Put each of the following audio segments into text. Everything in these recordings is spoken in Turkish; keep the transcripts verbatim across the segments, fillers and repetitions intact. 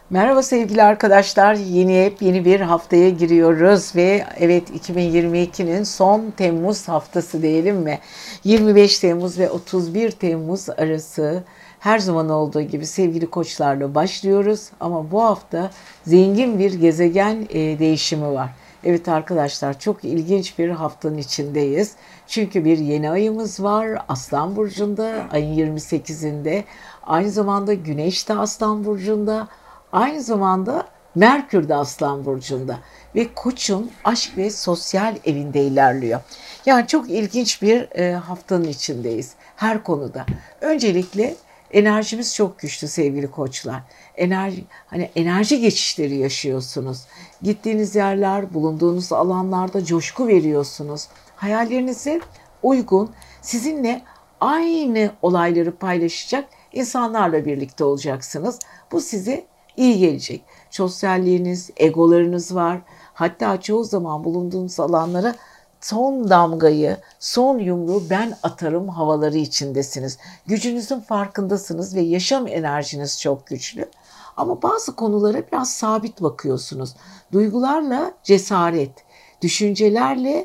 Merhaba sevgili arkadaşlar. Yeni yeni bir haftaya giriyoruz ve evet iki bin yirmi ikinin son Temmuz haftası diyelim mi? yirmi beş Temmuz ve otuz bir Temmuz arası her zaman olduğu gibi sevgili koçlarla başlıyoruz. Ama bu hafta zengin bir gezegen e, değişimi var. Evet arkadaşlar çok ilginç bir haftanın içindeyiz. Çünkü bir yeni ayımız var Aslan Burcu'nda ayın yirmi sekizinde. Aynı zamanda Güneş de Aslan Burcu'nda. Aynı zamanda Merkür de Aslan Burcu'nda ve Koç'un aşk ve sosyal evinde ilerliyor. Yani çok ilginç bir e, haftanın içindeyiz her konuda. Öncelikle enerjimiz çok güçlü sevgili koçlar. Enerji, hani enerji geçişleri yaşıyorsunuz. Gittiğiniz yerler, bulunduğunuz alanlarda coşku veriyorsunuz. Hayallerinize uygun, sizinle aynı olayları paylaşacak insanlarla birlikte olacaksınız. Bu size iyi gelecek. Sosyalliğiniz, egolarınız var. Hatta çoğu zaman bulunduğunuz alanlara son damgayı, son yumruğu ben atarım havaları içindesiniz. Gücünüzün farkındasınız ve yaşam enerjiniz çok güçlü. Ama bazı konulara biraz sabit bakıyorsunuz. Duygularla cesaret, düşüncelerle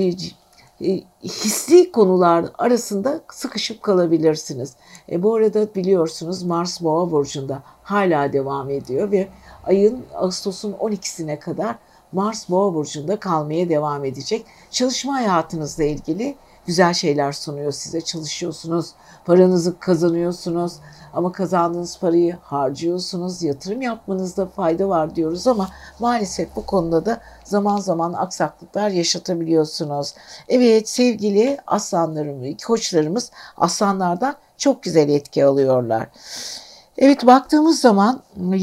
e, hissi konular arasında sıkışıp kalabilirsiniz. E, bu arada biliyorsunuz Mars Boğa burcunda hala devam ediyor ve ayın Ağustos'un on ikisine kadar Mars Boğa burcunda kalmaya devam edecek. Çalışma hayatınızla ilgili güzel şeyler sunuyor size. Çalışıyorsunuz, paranızı kazanıyorsunuz ama kazandığınız parayı harcıyorsunuz. Yatırım yapmanızda fayda var diyoruz ama maalesef bu konuda da zaman zaman aksaklıklar yaşatabiliyorsunuz. Evet sevgili aslanlarım, koçlarımız aslanlardan çok güzel etki alıyorlar. Evet baktığımız zaman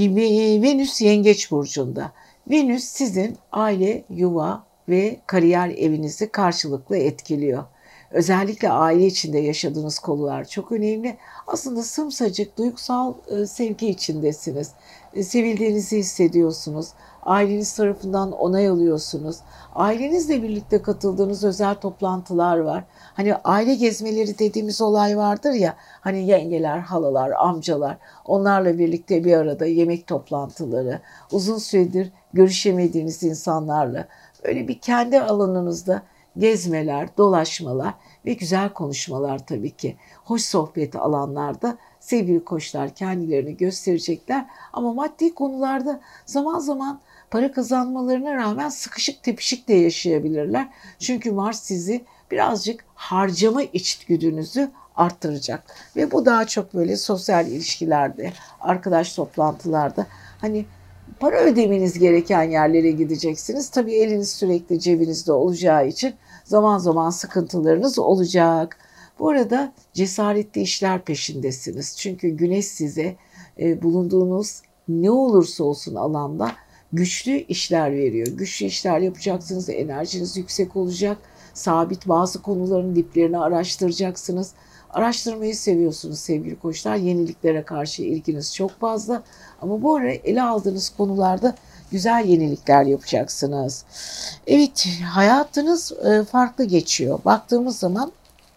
Venüs Yengeç burcunda. Venüs sizin aile, yuva ve kariyer evinizi karşılıklı etkiliyor. Özellikle aile içinde yaşadığınız konular çok önemli. Aslında sımsıcak duygusal e, sevgi içindesiniz. E, sevildiğinizi hissediyorsunuz. Aileniz tarafından onay alıyorsunuz. Ailenizle birlikte katıldığınız özel toplantılar var. Hani aile gezmeleri dediğimiz olay vardır ya. Hani yengeler, halalar, amcalar onlarla birlikte bir arada yemek toplantıları, uzun süredir görüşemediğiniz insanlarla öyle bir kendi alanınızda gezmeler, dolaşmalar ve güzel konuşmalar tabii ki. Hoş sohbet alanlarda sevgili koçlar kendilerini gösterecekler. Ama maddi konularda zaman zaman para kazanmalarına rağmen sıkışık tepişik de yaşayabilirler. Çünkü Mars sizi birazcık harcama içgüdünüzü arttıracak. Ve bu daha çok böyle sosyal ilişkilerde, arkadaş toplantılarda hani para ödemeniz gereken yerlere gideceksiniz. Tabii eliniz sürekli cebinizde olacağı için zaman zaman sıkıntılarınız olacak. Bu arada cesaretli işler peşindesiniz. Çünkü Güneş size e, bulunduğunuz ne olursa olsun alanda güçlü işler veriyor. Güçlü işler yapacaksınız, enerjiniz yüksek olacak. Sabit bazı konuların diplerini araştıracaksınız. Araştırmayı seviyorsunuz sevgili koçlar. Yeniliklere karşı ilginiz çok fazla. Ama bu ara ele aldığınız konularda güzel yenilikler yapacaksınız. Evet, hayatınız e, farklı geçiyor. Baktığımız zaman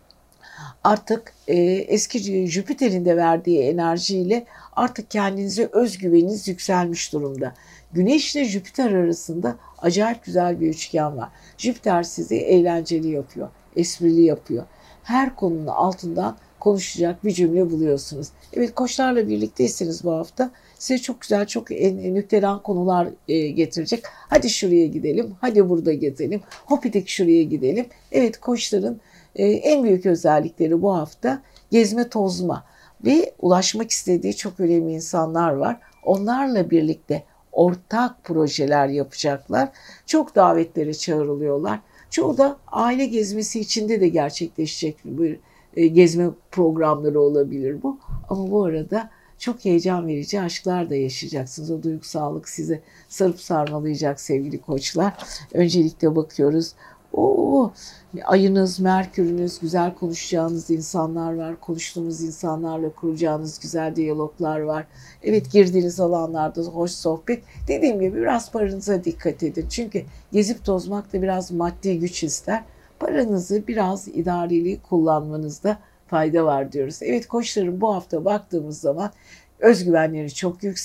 artık e, eski Jüpiter'in de verdiği enerjiyle artık kendinize özgüveniniz yükselmiş durumda. Güneş ile Jüpiter arasında acayip güzel bir üçgen var. Jüpiter sizi eğlenceli yapıyor, esprili yapıyor. Her konunun altından konuşacak bir cümle buluyorsunuz. Evet koçlarla birlikteyseniz bu hafta size çok güzel, çok nükteden konular e, getirecek. Hadi şuraya gidelim, hadi burada gezelim, hopidik şuraya gidelim. Evet koçların e, en büyük özellikleri bu hafta gezme tozma ve ulaşmak istediği çok önemli insanlar var. Onlarla birlikte ortak projeler yapacaklar. Çok davetlere çağrılıyorlar. Çoğu da aile gezmesi içinde de gerçekleşecek bir e, gezme programları olabilir bu. Ama bu arada çok heyecan verici aşklar da yaşayacaksınız. O duygusallık sizi sarıp sarmalayacak sevgili koçlar. Öncelikle bakıyoruz. Oo, ayınız, Merkür'ünüz, güzel konuşacağınız insanlar var. Konuştuğunuz insanlarla kuracağınız güzel diyaloglar var. Evet girdiğiniz alanlarda hoş sohbet. Dediğim gibi biraz paranıza dikkat edin. Çünkü gezip tozmak da biraz maddi güç ister. Paranızı biraz idareli kullanmanızda fayda var diyoruz. Evet koçların bu hafta baktığımız zaman özgüvenleri çok yüksek.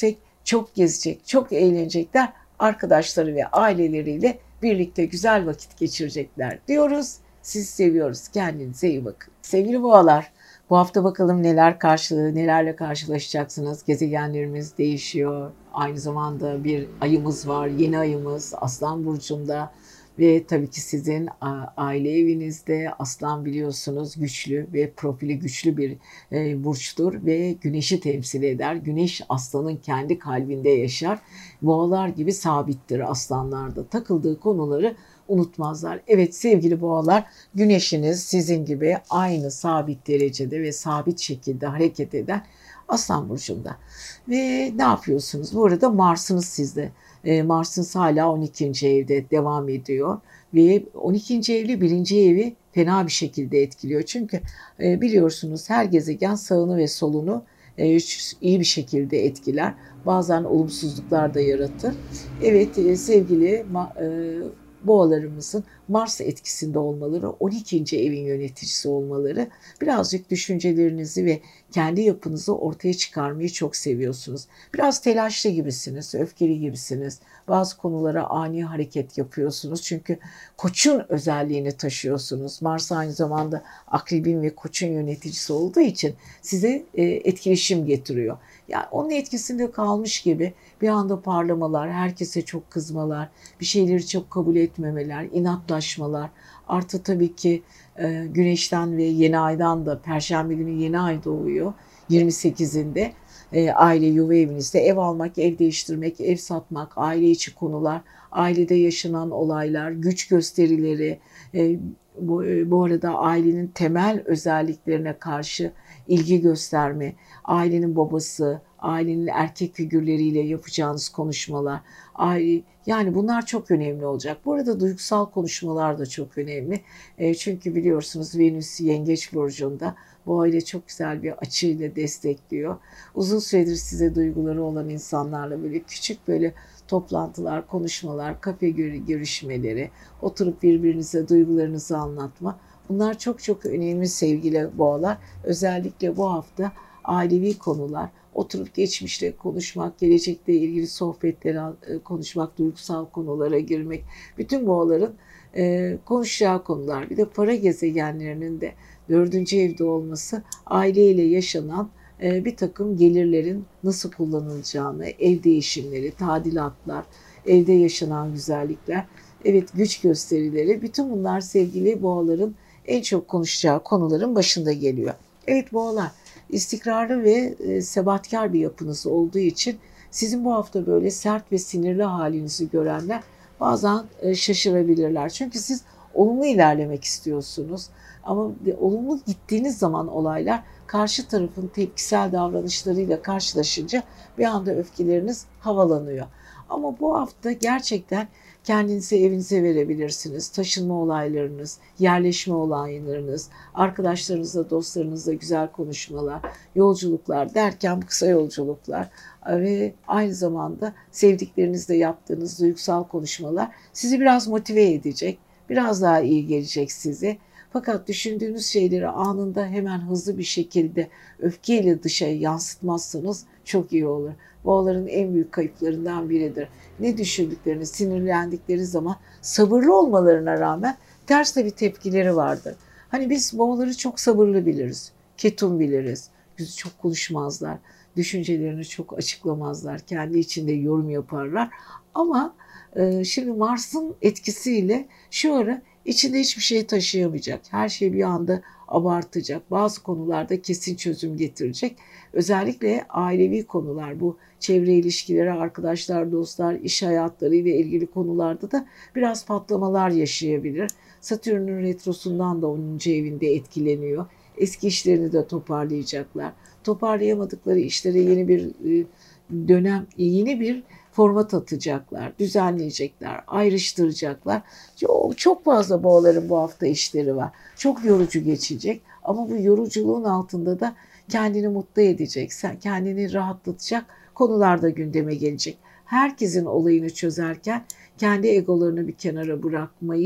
çok gezecek, çok eğlenecekler. Arkadaşları ve aileleriyle birlikte güzel vakit geçirecekler diyoruz. Sizi seviyoruz. Kendinize iyi bakın. Sevgili boğalar, bu hafta bakalım neler karşı, nelerle karşılaşacaksınız. Gezegenlerimiz değişiyor. Aynı zamanda bir ayımız var. Yeni ayımız Aslan Burcu'nda. Ve tabii ki sizin aile evinizde Aslan biliyorsunuz güçlü ve profili güçlü bir e, burçtur ve Güneş'i temsil eder. Güneş Aslan'ın kendi kalbinde yaşar. Boğalar gibi sabittir aslanlarda. Takıldığı konuları unutmazlar. Evet sevgili boğalar, Güneş'iniz sizin gibi aynı sabit derecede ve sabit şekilde hareket eden Aslan Burcu'nda. Ve ne yapıyorsunuz? Bu arada Mars'ınız sizde. E, Mars'ınız hala on ikinci evde devam ediyor. Ve on ikinci evli birinci evi fena bir şekilde etkiliyor. Çünkü e, biliyorsunuz her gezegen sağını ve solunu e, iyi bir şekilde etkiler. Bazen olumsuzluklar da yaratır. Evet e, sevgili e, boğalarımızın Mars etkisinde olmaları, on ikinci evin yöneticisi olmaları, birazcık düşüncelerinizi ve kendi yapınızı ortaya çıkarmayı çok seviyorsunuz. Biraz telaşlı gibisiniz, öfkeli gibisiniz. Bazı konulara ani hareket yapıyorsunuz. Çünkü Koç'un özelliğini taşıyorsunuz. Mars aynı zamanda Akrebin ve Koç'un yöneticisi olduğu için size e, etkileşim getiriyor. Yani onun etkisinde kalmış gibi bir anda parlamalar, herkese çok kızmalar, bir şeyleri çok kabul etmemeler, inatlaşmalar. Artı tabii ki e, Güneş'ten ve yeni aydan da Perşembe günü yeni ay doğuyor. yirmi sekizinde e, aile yuva evinizde ev almak, ev değiştirmek, ev satmak, aile içi konular, ailede yaşanan olaylar, güç gösterileri, e, bu, e, bu arada ailenin temel özelliklerine karşı ilgi gösterme, ailenin babası, ailenin erkek figürleriyle yapacağınız konuşmalar, aile, yani bunlar çok önemli olacak. Bu arada duygusal konuşmalar da çok önemli. E, çünkü biliyorsunuz Venüs Yengeç Burcu'nda bu aile çok güzel bir açıyla destekliyor. Uzun süredir size duyguları olan insanlarla böyle küçük böyle toplantılar, konuşmalar, kafe görüşmeleri, oturup birbirinize duygularınızı anlatma. Bunlar çok çok önemli sevgili boğalar. Özellikle bu hafta ailevi konular, oturup geçmişle konuşmak, gelecekle ilgili sohbetleri konuşmak, duygusal konulara girmek, bütün boğaların e, konuşacağı konular. Bir de para gezegenlerinin de dördüncü evde olması, aileyle yaşanan e, bir takım gelirlerin nasıl kullanılacağını, ev değişimleri, tadilatlar, evde yaşanan güzellikler, evet güç gösterileri, bütün bunlar sevgili boğaların en çok konuşacağı konuların başında geliyor. Evet boğalar, istikrarlı ve e, sebatkar bir yapınız olduğu için sizin bu hafta böyle sert ve sinirli halinizi görenler bazen e, şaşırabilirler. Çünkü siz olumlu ilerlemek istiyorsunuz. Ama olumlu gittiğiniz zaman olaylar karşı tarafın tepkisel davranışlarıyla karşılaşınca bir anda öfkeleriniz havalanıyor. Ama bu hafta gerçekten kendinizi evinize verebilirsiniz. Taşınma olaylarınız, yerleşme olaylarınız, arkadaşlarınızla, dostlarınızla güzel konuşmalar, yolculuklar derken kısa yolculuklar ve aynı zamanda sevdiklerinizle yaptığınız duygusal konuşmalar sizi biraz motive edecek, biraz daha iyi gelecek size. Fakat düşündüğünüz şeyleri anında hemen hızlı bir şekilde öfkeyle dışa yansıtmazsanız çok iyi olur. Boğaların en büyük kayıplarından biridir. Ne düşündüklerini, sinirlendikleri zaman sabırlı olmalarına rağmen ters de bir tepkileri vardır. Hani biz boğaları çok sabırlı biliriz, ketum biliriz, çok konuşmazlar, düşüncelerini çok açıklamazlar, kendi içinde yorum yaparlar. Ama e, şimdi Mars'ın etkisiyle şu ara içinde hiçbir şey taşıyamayacak. Her şeyi bir anda abartacak. Bazı konularda kesin çözüm getirecek. Özellikle ailevi konular, bu çevre ilişkileri, arkadaşlar, dostlar, iş hayatları ile ilgili konularda da biraz patlamalar yaşayabilir. Satürn'ün retrosundan da onuncu evinde etkileniyor. Eski işlerini de toparlayacaklar. Toparlayamadıkları işlere yeni bir dönem, yeni bir format atacaklar, düzenleyecekler, ayrıştıracaklar. Çok fazla boğaların bu hafta işleri var. Çok yorucu geçecek ama bu yoruculuğun altında da kendini mutlu edecek, kendini rahatlatacak konular da gündeme gelecek. Herkesin olayını çözerken kendi egolarını bir kenara bırakmayı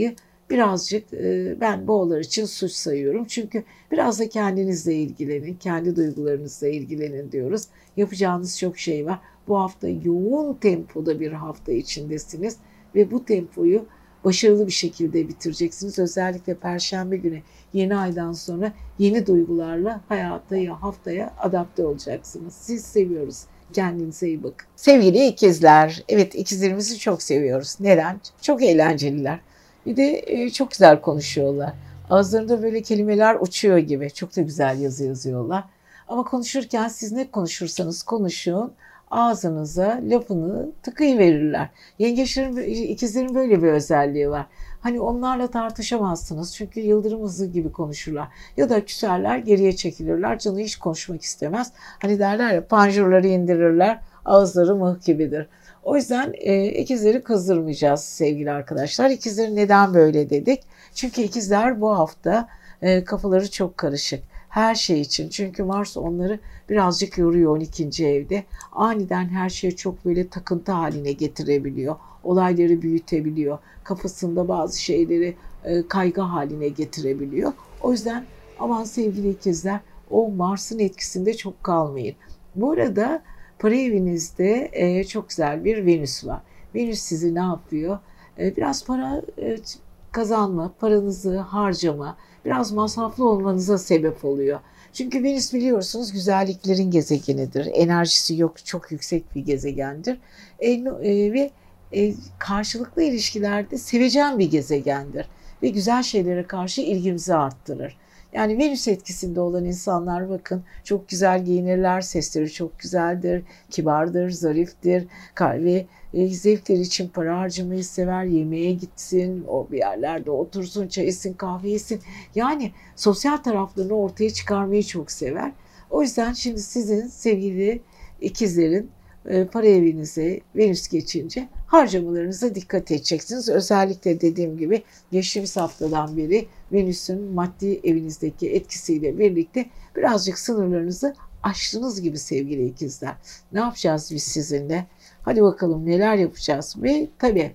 birazcık e, ben boğalar için suç sayıyorum. Çünkü biraz da kendinizle ilgilenin, kendi duygularınızla ilgilenin diyoruz. Yapacağınız çok şey var. Bu hafta yoğun tempoda bir hafta içindesiniz ve bu tempoyu başarılı bir şekilde bitireceksiniz. Özellikle Perşembe günü yeni aydan sonra yeni duygularla hayata ya haftaya adapte olacaksınız. Siz seviyoruz. Kendinize iyi bakın. Sevgili ikizler, evet ikizlerimizi çok seviyoruz. Neden? Çok eğlenceliler. Bir de e, çok güzel konuşuyorlar. Ağızlarında böyle kelimeler uçuyor gibi. Çok da güzel yazı yazıyorlar. Ama konuşurken siz ne konuşursanız konuşun, ağzınıza lafını tıkayıverirler. Yengeçlerin, ikizlerin böyle bir özelliği var. Hani onlarla tartışamazsınız çünkü yıldırım hızı gibi konuşurlar. Ya da küserler, geriye çekilirler, canı hiç konuşmak istemez. Hani derler ya, panjurları indirirler, ağızları mıh gibidir. O yüzden e, ikizleri kızdırmayacağız sevgili arkadaşlar. İkizleri neden böyle dedik? Çünkü ikizler bu hafta e, kafaları çok karışık. Her şey için. Çünkü Mars onları birazcık yoruyor on ikinci evde. Aniden her şeyi çok böyle takıntı haline getirebiliyor. Olayları büyütebiliyor. Kafasında bazı şeyleri e, kaygı haline getirebiliyor. O yüzden aman sevgili ikizler, o Mars'ın etkisinde çok kalmayın. Bu arada para evinizde e, çok güzel bir Venüs var. Venüs sizi ne yapıyor? E, biraz para e, kazanma, paranızı harcama, biraz masraflı olmanıza sebep oluyor. Çünkü Venüs biliyorsunuz güzelliklerin gezegenidir. Enerjisi yok, çok yüksek bir gezegendir. E, e, ve e, karşılıklı ilişkilerde sevecen bir gezegendir. Ve güzel şeylere karşı ilgimizi arttırır. Yani Venüs etkisinde olan insanlar bakın çok güzel giyinirler, sesleri çok güzeldir, kibardır, zariftir ve e, zevkleri için para harcamayı sever, yemeğe gitsin, o bir yerlerde otursun, çay içsin, kahve içsin. Yani sosyal taraflarını ortaya çıkarmayı çok sever. O yüzden şimdi sizin sevgili ikizlerin e, para evinize Venüs geçince harcamalarınıza dikkat edeceksiniz. Özellikle dediğim gibi geçtiğimiz haftadan beri Venüs'ün maddi evinizdeki etkisiyle birlikte birazcık sınırlarınızı aştınız gibi sevgili ikizler. Ne yapacağız biz sizinle? Hadi bakalım neler yapacağız? Ve tabii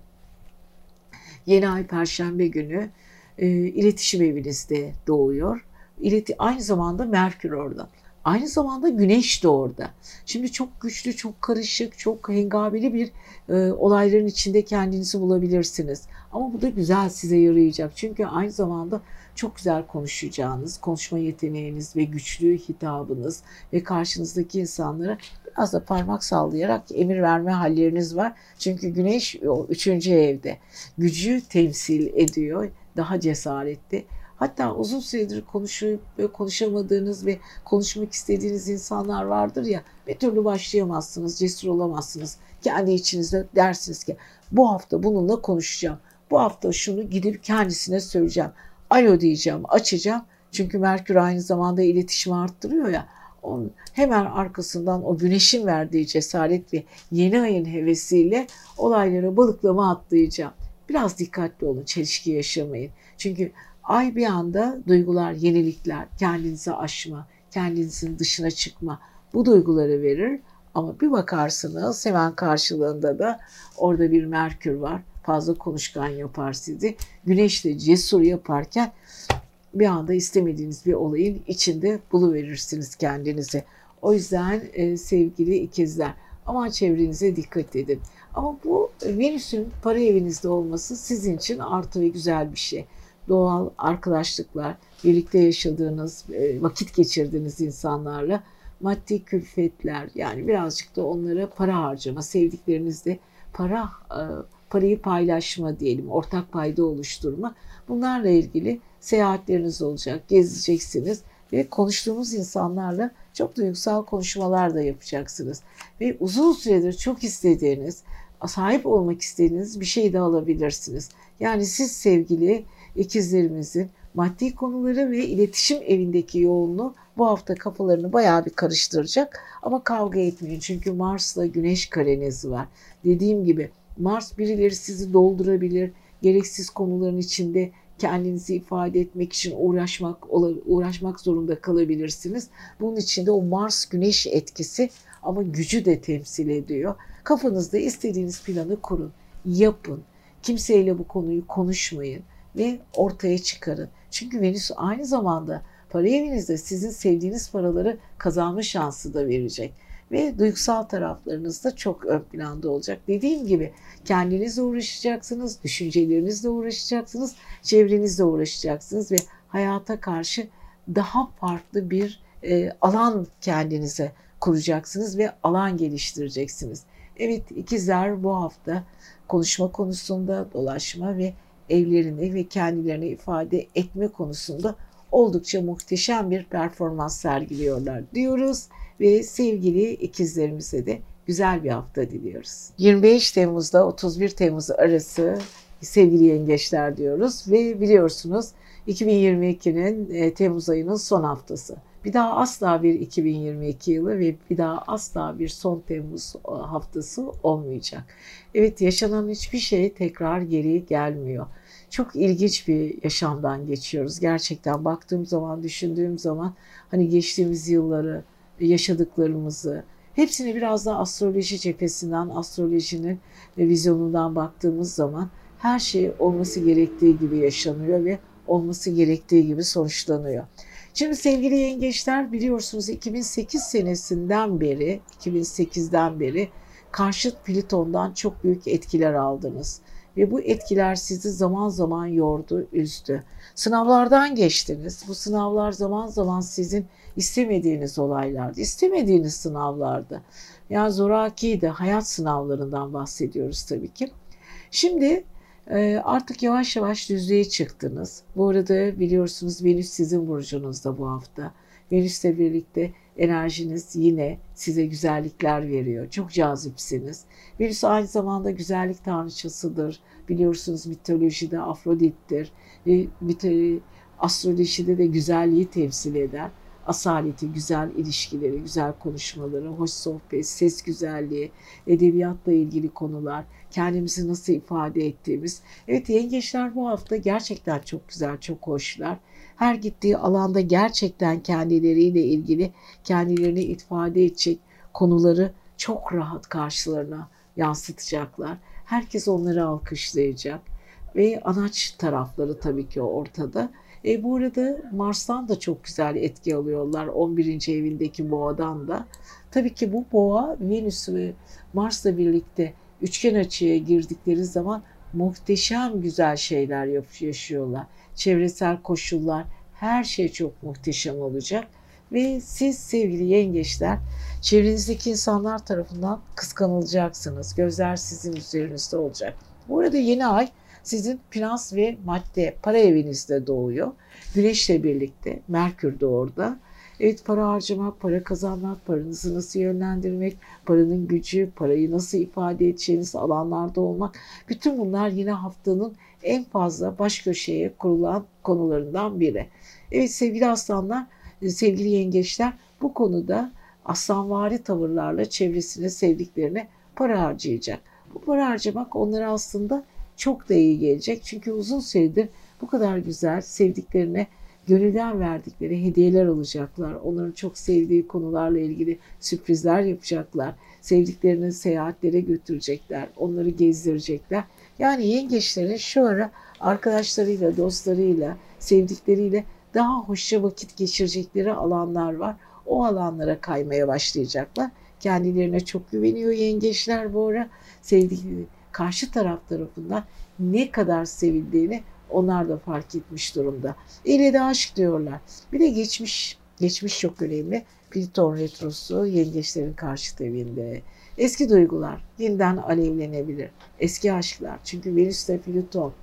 yeni ay Perşembe günü e, iletişim evinizde doğuyor. İleti, aynı zamanda Merkür orada. Aynı zamanda Güneş de orada. Şimdi çok güçlü, çok karışık, çok hengabeli bir e, olayların içinde kendinizi bulabilirsiniz. Ama bu da güzel, size yarayacak. Çünkü aynı zamanda çok güzel konuşacağınız, konuşma yeteneğiniz ve güçlü hitabınız ve karşınızdaki insanlara biraz da parmak sallayarak emir verme halleriniz var. Çünkü Güneş o üçüncü evde gücü temsil ediyor, daha cesaretli. Hatta uzun süredir konuşup konuşamadığınız ve konuşmak istediğiniz insanlar vardır ya, bir türlü başlayamazsınız, cesur olamazsınız. Kendi içinizde dersiniz ki bu hafta bununla konuşacağım. Bu hafta şunu gidip kendisine söyleyeceğim. Alo diyeceğim, açacağım. Çünkü Merkür aynı zamanda iletişimi arttırıyor ya. Onun hemen arkasından o Güneş'in verdiği cesaret ve yeni ayın hevesiyle olaylara balıklama atlayacağım. Biraz dikkatli olun, çelişki yaşamayın. Çünkü ay bir anda duygular, yenilikler, kendinizi aşma, kendinizin dışına çıkma bu duyguları verir. Ama bir bakarsınız hemen karşılığında da orada bir Merkür var. Fazla konuşkan yapar sizi. Güneş de cesur yaparken bir anda istemediğiniz bir olayın içinde buluverirsiniz kendinizi. O yüzden e, sevgili ikizler, aman çevrenize dikkat edin. Ama bu Venüs'ün para evinizde olması sizin için artı ve güzel bir şey. Doğal arkadaşlıklar, birlikte yaşadığınız, vakit geçirdiğiniz insanlarla maddi külfetler, yani birazcık da onlara para harcama, sevdiklerinizle para parayı paylaşma diyelim, ortak payda oluşturma. Bunlarla ilgili seyahatleriniz olacak, gezeceksiniz ve konuştuğumuz insanlarla çok duygusal konuşmalar da yapacaksınız. Ve uzun süredir çok istediğiniz, sahip olmak istediğiniz bir şey de alabilirsiniz. Yani siz sevgili ikizlerimizin maddi konuları ve iletişim evindeki yoğunluğu bu hafta kafalarını bayağı bir karıştıracak. Ama kavga etmeyin çünkü Mars'la Güneş kareniz var. Dediğim gibi Mars birileri sizi doldurabilir, gereksiz konuların içinde kendinizi ifade etmek için uğraşmak uğraşmak zorunda kalabilirsiniz. Bunun için de o Mars Güneş etkisi ama gücü de temsil ediyor. Kafanızda istediğiniz planı kurun, yapın. Kimseyle bu konuyu konuşmayın. ve ortaya çıkarın. Çünkü Venüs aynı zamanda para evinizde sizin sevdiğiniz paraları kazanma şansı da verecek. Ve duygusal taraflarınız da çok ön planda olacak. Dediğim gibi kendinizle uğraşacaksınız, düşüncelerinizle uğraşacaksınız, çevrenizle uğraşacaksınız ve hayata karşı daha farklı bir e, alan kendinize kuracaksınız ve alan geliştireceksiniz. Evet, ikizler bu hafta konuşma konusunda, dolaşma ve evlerini ve kendilerini ifade etme konusunda oldukça muhteşem bir performans sergiliyorlar diyoruz ve sevgili ikizlerimize de güzel bir hafta diliyoruz. yirmi beş Temmuz'da otuz bir Temmuz arası sevgili yengeçler diyoruz ve biliyorsunuz iki bin yirmi ikinin Temmuz ayının son haftası. Bir daha asla bir iki bin yirmi iki yılı ve bir daha asla bir son Temmuz haftası olmayacak. Evet, yaşanan hiçbir şey tekrar geri gelmiyor. Çok ilginç bir yaşamdan geçiyoruz. Gerçekten baktığım zaman, düşündüğüm zaman hani geçtiğimiz yılları, yaşadıklarımızı, hepsini biraz da astroloji cephesinden, astrolojinin vizyonundan baktığımız zaman her şey olması gerektiği gibi yaşanıyor ve olması gerektiği gibi sonuçlanıyor. Şimdi sevgili yengeçler, biliyorsunuz iki bin sekiz senesinden beri, iki bin sekizden beri karşıt Plüton'dan çok büyük etkiler aldınız. Ve bu etkiler sizi zaman zaman yordu, üzdü. Sınavlardan geçtiniz. Bu sınavlar zaman zaman sizin istemediğiniz olaylardı, istemediğiniz sınavlardı. Yani zorakiydi, hayat sınavlarından bahsediyoruz tabii ki. Şimdi artık yavaş yavaş düzlüğe çıktınız. Bu arada biliyorsunuz Venüs sizin burcunuzda bu hafta. Venüs'le birlikte enerjiniz yine size güzellikler veriyor. Çok cazipsiniz. Venüs aynı zamanda güzellik tanrıçasıdır. Biliyorsunuz mitolojide Afrodit'tir. E, astrolojide de güzelliği temsil eder. Asaleti, güzel ilişkileri, güzel konuşmaları, hoş sohbet, ses güzelliği, edebiyatla ilgili konular, kendimizi nasıl ifade ettiğimiz. Evet, yengeçler bu hafta gerçekten çok güzel, çok hoşlar. Her gittiği alanda gerçekten kendileriyle ilgili, kendilerini ifade edecek konuları çok rahat karşılarına yansıtacaklar. Herkes onları alkışlayacak ve anaç tarafları tabii ki ortada. E, bu arada Mars'tan da çok güzel etki alıyorlar. on birinci evindeki boğadan da. Tabii ki bu boğa Venüs ve Mars'la birlikte üçgen açıya girdikleri zaman muhteşem güzel şeyler yaşıyorlar. Çevresel koşullar, her şey çok muhteşem olacak. Ve siz sevgili yengeçler, çevrenizdeki insanlar tarafından kıskanılacaksınız. Gözler sizin üzerinizde olacak. Bu arada yeni ay sizin finans ve madde, para evinizde doğuyor. Güneşle birlikte, Merkür de orada. Evet, para harcamak, para kazanmak, paranızı nasıl yönlendirmek, paranın gücü, parayı nasıl ifade edeceğiniz alanlarda olmak. Bütün bunlar yine haftanın en fazla baş köşeye kurulan konularından biri. Evet sevgili aslanlar, sevgili yengeçler, bu konuda aslanvari tavırlarla çevresine, sevdiklerine para harcayacak. Bu para harcamak onlara aslında çok da iyi gelecek. Çünkü uzun süredir bu kadar güzel sevdiklerine gönülden verdikleri hediyeler alacaklar. Onların çok sevdiği konularla ilgili sürprizler yapacaklar. Sevdiklerini seyahatlere götürecekler. Onları gezdirecekler. Yani yengeçlerin şu ara arkadaşlarıyla, dostlarıyla, sevdikleriyle daha hoşça vakit geçirecekleri alanlar var. O alanlara kaymaya başlayacaklar. Kendilerine çok güveniyor yengeçler bu ara. Sevdikleri karşı taraf tarafından ne kadar sevildiğini onlar da fark etmiş durumda. İle de aşk diyorlar. Bir de geçmiş, geçmiş çok önemli. Plüton retrosu yengeçlerin karşıt evinde. Eski duygular yeniden alevlenebilir. Eski aşklar. Çünkü Venüs ile Plüton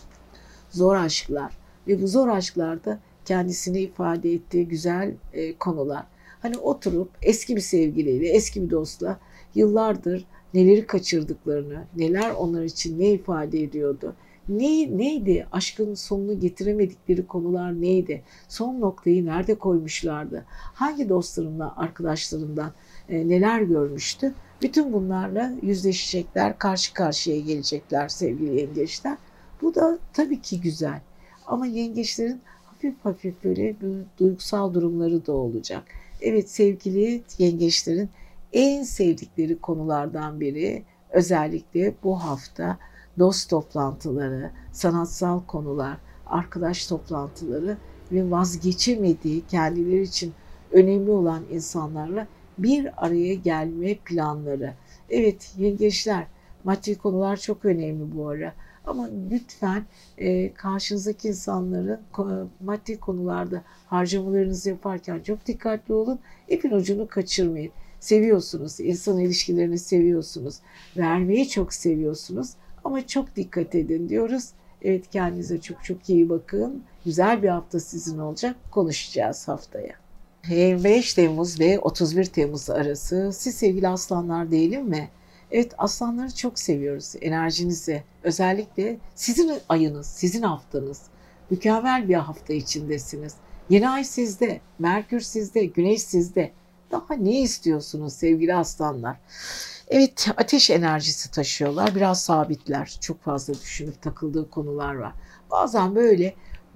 zor aşklar. Ve bu zor aşklarda kendisini ifade ettiği güzel e, konular. Hani oturup eski bir sevgiliyle, eski bir dostla yıllardır neleri kaçırdıklarını, neler onlar için ne ifade ediyordu, ne, neydi, aşkın sonunu getiremedikleri konular neydi, son noktayı nerede koymuşlardı, hangi dostlarından, arkadaşlarından e, neler görmüştü, bütün bunlarla yüzleşecekler, karşı karşıya gelecekler sevgili yengeçler. Bu da tabii ki güzel ama yengeçlerin hafif hafif böyle duygusal durumları da olacak. Evet sevgili yengeçlerin en sevdikleri konulardan biri özellikle bu hafta dost toplantıları, sanatsal konular, arkadaş toplantıları ve vazgeçemediği, kendileri için önemli olan insanlarla bir araya gelme planları. Evet yengeçler, maddi konular çok önemli bu ara. Ama lütfen e, karşınızdaki insanların maddi konularda harcamalarınızı yaparken çok dikkatli olun. İpin ucunu kaçırmayın. Seviyorsunuz, insan ilişkilerini seviyorsunuz, vermeyi çok seviyorsunuz ama çok dikkat edin diyoruz. Evet kendinize çok çok iyi bakın. Güzel bir hafta sizin olacak. Konuşacağız haftaya. yirmi beş Temmuz ve otuz bir Temmuz arası siz sevgili aslanlar değilim mi? Evet aslanları çok seviyoruz. Enerjinizi özellikle sizin ayınız, sizin haftanız. Mükemmel bir hafta içindesiniz. Yeni ay sizde, Merkür sizde, Güneş sizde. Daha ne istiyorsunuz sevgili aslanlar? Evet ateş enerjisi taşıyorlar. Biraz sabitler. Çok fazla düşünüp takıldığı konular var. Bazen böyle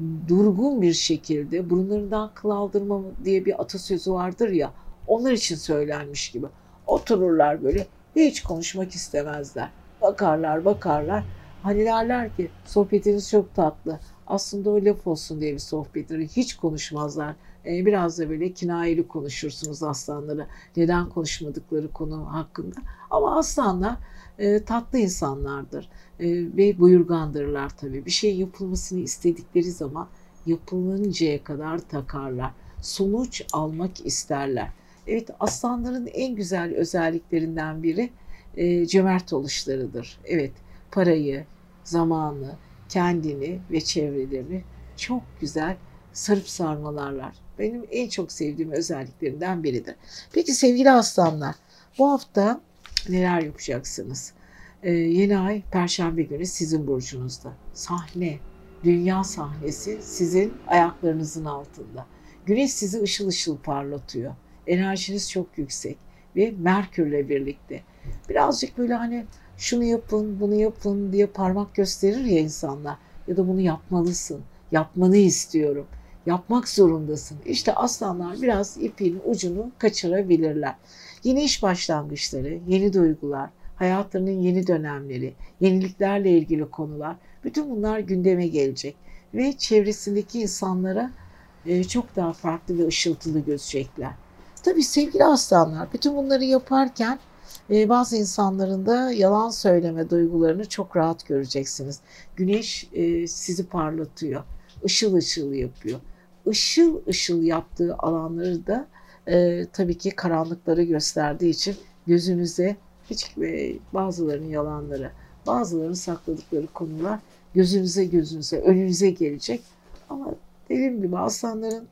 durgun bir şekilde burunlarından kıl aldırma diye bir atasözü vardır ya. Onlar için söylenmiş gibi. Otururlar böyle hiç konuşmak istemezler. Bakarlar bakarlar. Hani derler ki sohbetiniz çok tatlı. Aslında o laf olsun diye bir sohbettir. Hiç konuşmazlar. Ee, biraz da böyle kinayeli konuşursunuz aslanlara. Neden konuşmadıkları konu hakkında. Ama aslanlar e, tatlı insanlardır. E, ve buyurgandırlar tabii. Bir şey yapılmasını istedikleri zaman yapılıncaya kadar takarlar. Sonuç almak isterler. Evet aslanların en güzel özelliklerinden biri e, cömert oluşlarıdır. Evet parayı, zamanı, kendini ve çevrelerini çok güzel sarıp sarmalarlar. Benim en çok sevdiğim özelliklerinden biridir. Peki sevgili aslanlar bu hafta neler yapacaksınız? Ee, yeni ay Perşembe günü sizin burcunuzda. Sahne, dünya sahnesi sizin ayaklarınızın altında. Güneş sizi ışıl ışıl parlatıyor. Enerjiniz çok yüksek ve Merkür'le birlikte. Birazcık böyle hani şunu yapın, bunu yapın diye parmak gösterir ya insanlar. Ya da bunu yapmalısın, yapmanı istiyorum, yapmak zorundasın. İşte aslanlar biraz ipin ucunu kaçırabilirler. Yeni iş başlangıçları, yeni duygular, hayatlarının yeni dönemleri, yeniliklerle ilgili konular, bütün bunlar gündeme gelecek. Ve çevresindeki insanlara çok daha farklı ve ışıltılı gözecekler. Tabii sevgili aslanlar, bütün bunları yaparken bazı insanların da yalan söyleme duygularını çok rahat göreceksiniz. Güneş sizi parlatıyor, ışıl ışıl yapıyor. Işıl ışıl yaptığı alanları da e, tabii ki karanlıkları gösterdiği için gözünüze hiç e, bazılarının yalanları, bazılarının sakladıkları konular gözünüze gözünüze, önünüze gelecek. Ama dediğim gibi aslanların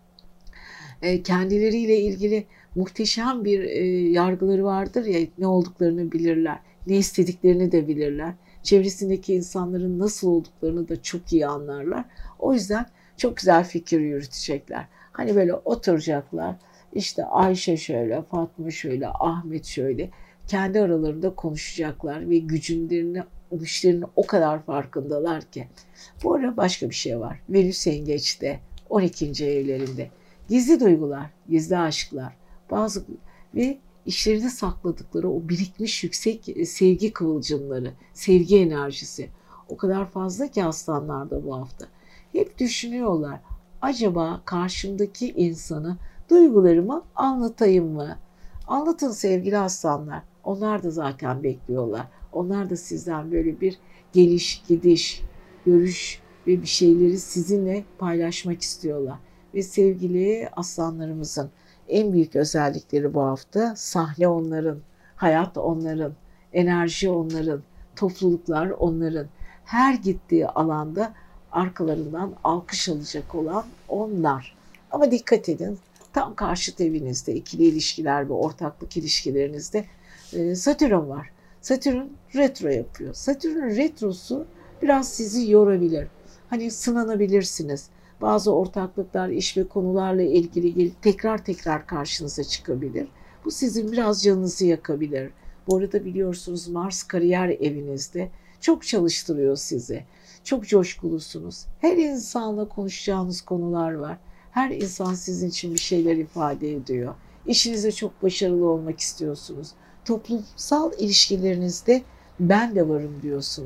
e, kendileriyle ilgili muhteşem bir e, yargıları vardır ya, ne olduklarını bilirler, ne istediklerini de bilirler. Çevresindeki insanların nasıl olduklarını da çok iyi anlarlar. O yüzden çok güzel fikir yürütecekler. Hani böyle oturacaklar, işte Ayşe şöyle, Fatma şöyle, Ahmet şöyle, kendi aralarında konuşacaklar ve güçlerini, güçlerinin o kadar farkındalar ki. Bu ara başka bir şey var. Venüs Yengeç'te, on ikinci evlerinde. Gizli duygular, gizli aşklar, bazı ve içlerinde sakladıkları o birikmiş yüksek sevgi kıvılcımları, sevgi enerjisi o kadar fazla ki aslanlarda bu hafta. Hep düşünüyorlar. Acaba karşımdaki insanı duygularımı anlatayım mı? Anlatın sevgili aslanlar. Onlar da zaten bekliyorlar. Onlar da sizden böyle bir geliş, gidiş, görüş ve bir şeyleri sizinle paylaşmak istiyorlar. Ve sevgili aslanlarımızın en büyük özellikleri bu hafta sahne onların, hayat onların, enerji onların, topluluklar onların. Her gittiği alanda arkalarından alkış alacak olan onlar. Ama dikkat edin, tam karşıt evinizde, ikili ilişkiler ve ortaklık ilişkilerinizde Satürn var. Satürn retro yapıyor. Satürn retrosu biraz sizi yorabilir. Hani sınanabilirsiniz. Bazı ortaklıklar, iş ve konularla ilgili tekrar tekrar karşınıza çıkabilir. Bu sizin biraz canınızı yakabilir. Bu arada biliyorsunuz Mars kariyer evinizde çok çalıştırıyor sizi. Çok coşkulusunuz. Her insanla konuşacağınız konular var. Her insan sizin için bir şeyler ifade ediyor. İşinizde çok başarılı olmak istiyorsunuz. Toplumsal ilişkilerinizde ben de varım diyorsunuz.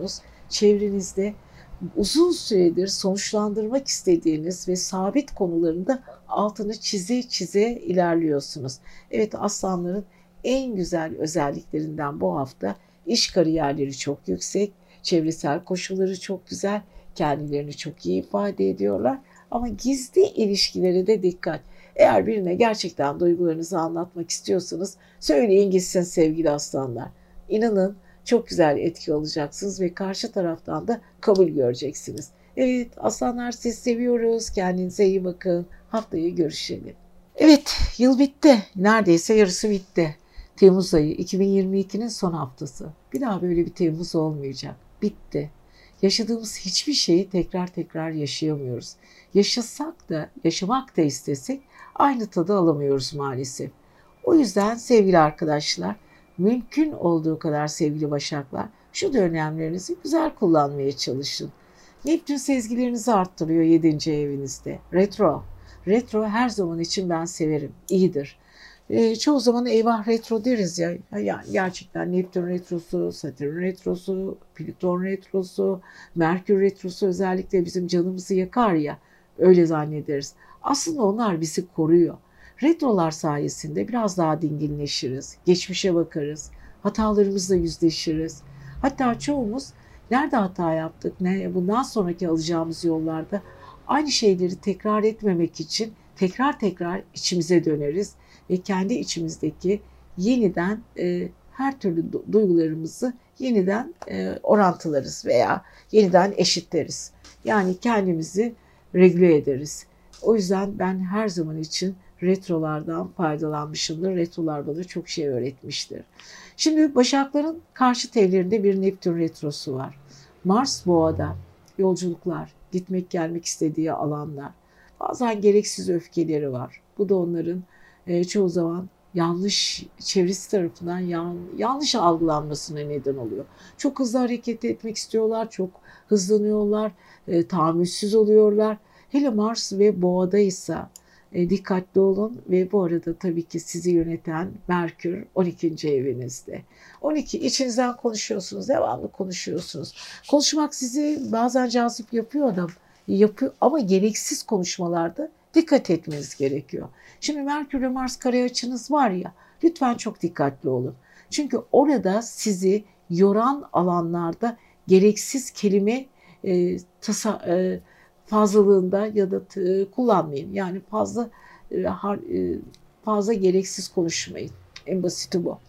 çevrenizde uzun süredir sonuçlandırmak istediğiniz ve sabit konularında altını çize çize ilerliyorsunuz. Evet, aslanların en güzel özelliklerinden bu hafta iş kariyerleri çok yüksek, çevresel koşulları çok güzel, kendilerini çok iyi ifade ediyorlar. Ama gizli ilişkilere de dikkat. Eğer birine gerçekten duygularınızı anlatmak istiyorsanız söyleyin gitsin sevgili aslanlar. İnanın çok güzel etki alacaksınız ve karşı taraftan da kabul göreceksiniz. Evet aslanlar, siz seviyoruz. Kendinize iyi bakın. Haftaya görüşelim. Evet, yıl bitti. Neredeyse yarısı bitti. Temmuz ayı iki bin yirmi ikinin son haftası. Bir daha böyle bir Temmuz olmayacak. Bitti. Yaşadığımız hiçbir şeyi tekrar tekrar yaşayamıyoruz. Yaşasak da, yaşamak da istesek aynı tadı alamıyoruz maalesef. O yüzden sevgili arkadaşlar, mümkün olduğu kadar sevgili başaklar, şu dönemlerinizi güzel kullanmaya çalışın. Neptün sezgilerinizi arttırıyor yedinci evinizde. Retro. Retro her zaman için ben severim. İyidir. E, çoğu zaman eyvah retro deriz ya. Yani gerçekten Neptün retrosu, Satürn retrosu, Plüton retrosu, Merkür retrosu özellikle bizim canımızı yakar ya. Öyle zannederiz. Aslında onlar bizi koruyor. Retrolar sayesinde biraz daha dinginleşiriz, geçmişe bakarız, hatalarımızla yüzleşiriz. Hatta çoğumuz nerede hata yaptık, ne, bundan sonraki alacağımız yollarda aynı şeyleri tekrar etmemek için tekrar tekrar içimize döneriz ve kendi içimizdeki yeniden e, her türlü duygularımızı yeniden e, orantılarız veya yeniden eşitleriz. Yani kendimizi regüle ederiz. O yüzden ben her zaman için retrolardan faydalanmışımdır. Retrolar bana çok şey öğretmiştir. Şimdi Başakların karşıt evlerinde bir Neptün retrosu var. Mars Boğa'da yolculuklar, gitmek gelmek istediği alanlar. Bazen gereksiz öfkeleri var. Bu da onların e, çoğu zaman yanlış, çevresi tarafından yan, yanlış algılanmasına neden oluyor. Çok hızlı hareket etmek istiyorlar, çok hızlanıyorlar, e, tahammülsüz oluyorlar. Hele Mars ve Boğa'daysa e, dikkatli olun ve bu arada tabii ki sizi yöneten Merkür on ikinci evinizde. on iki, içinizden konuşuyorsunuz, devamlı konuşuyorsunuz. Konuşmak sizi bazen cazip yapıyor da yapıyor ama gereksiz konuşmalarda dikkat etmeniz gerekiyor. Şimdi Merkür ve Mars kare açınız var ya, lütfen çok dikkatli olun. Çünkü orada sizi yoran alanlarda gereksiz kelime e, tasa, e, fazlalığında ya da e, kullanmayın. Yani fazla e, har, e, fazla gereksiz konuşmayın. En basiti bu.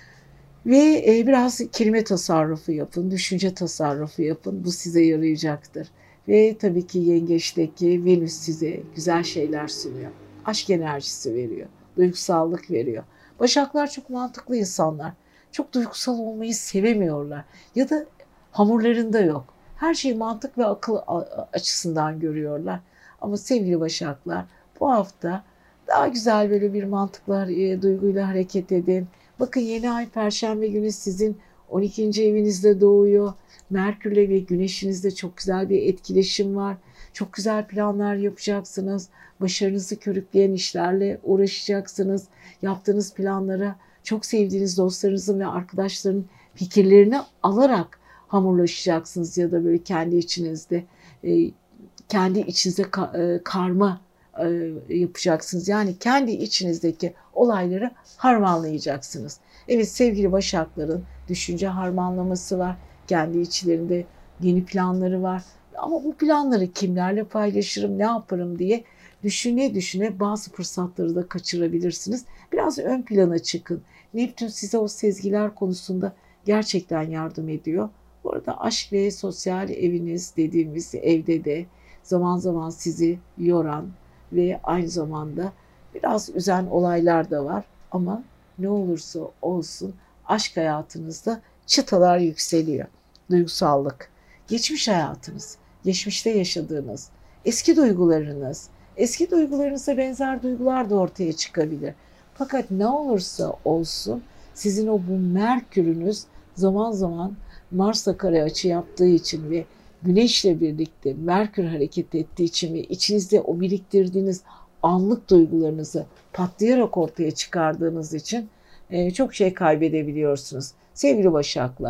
Ve e, biraz kelime tasarrufu yapın, düşünce tasarrufu yapın. Bu size yarayacaktır. Ve tabii ki Yengeç'teki Venüs size güzel şeyler sunuyor. Aşk enerjisi veriyor, duygusallık veriyor. Başaklar çok mantıklı insanlar. Çok duygusal olmayı sevemiyorlar. Ya da hamurlarında yok. Her şeyi mantık ve akıl açısından görüyorlar. Ama sevgili Başaklar, bu hafta daha güzel böyle bir mantıkla, e, duyguyla hareket edin. Bakın yeni ay Perşembe günü sizin on ikinci evinizde doğuyor. Merkürle ve Güneş'inizde çok güzel bir etkileşim var. Çok güzel planlar yapacaksınız. Başarınızı körükleyen işlerle uğraşacaksınız. Yaptığınız planlara çok sevdiğiniz dostlarınızın ve arkadaşların fikirlerini alarak hamurlaşacaksınız ya da böyle kendi içinizde e, kendi içinize ka, e, karma e, yapacaksınız. Yani kendi içinizdeki olayları harmanlayacaksınız. Evet sevgili Başakların düşünce harmanlaması var. Kendi içlerinde yeni planları var. Ama bu planları kimlerle paylaşırım, ne yaparım diye düşüne düşüne bazı fırsatları da kaçırabilirsiniz. Biraz ön plana çıkın. Neptün size o sezgiler konusunda gerçekten yardım ediyor. Bu arada aşk ve sosyal eviniz dediğimiz evde de zaman zaman sizi yoran ve aynı zamanda biraz üzen olaylar da var. Ama ne olursa olsun aşk hayatınızda çıtalar yükseliyor. Duygusallık, geçmiş hayatınız, geçmişte yaşadığınız, eski duygularınız, eski duygularınıza benzer duygular da ortaya çıkabilir. Fakat ne olursa olsun sizin o bu Merkür'ünüz zaman zaman Mars'la kare açı yaptığı için ve Güneş'le birlikte Merkür hareket ettiği için ve içinizde o biriktirdiğiniz anlık duygularınızı patlayarak ortaya çıkardığınız için çok şey kaybedebiliyorsunuz. Sevgili Başaklar,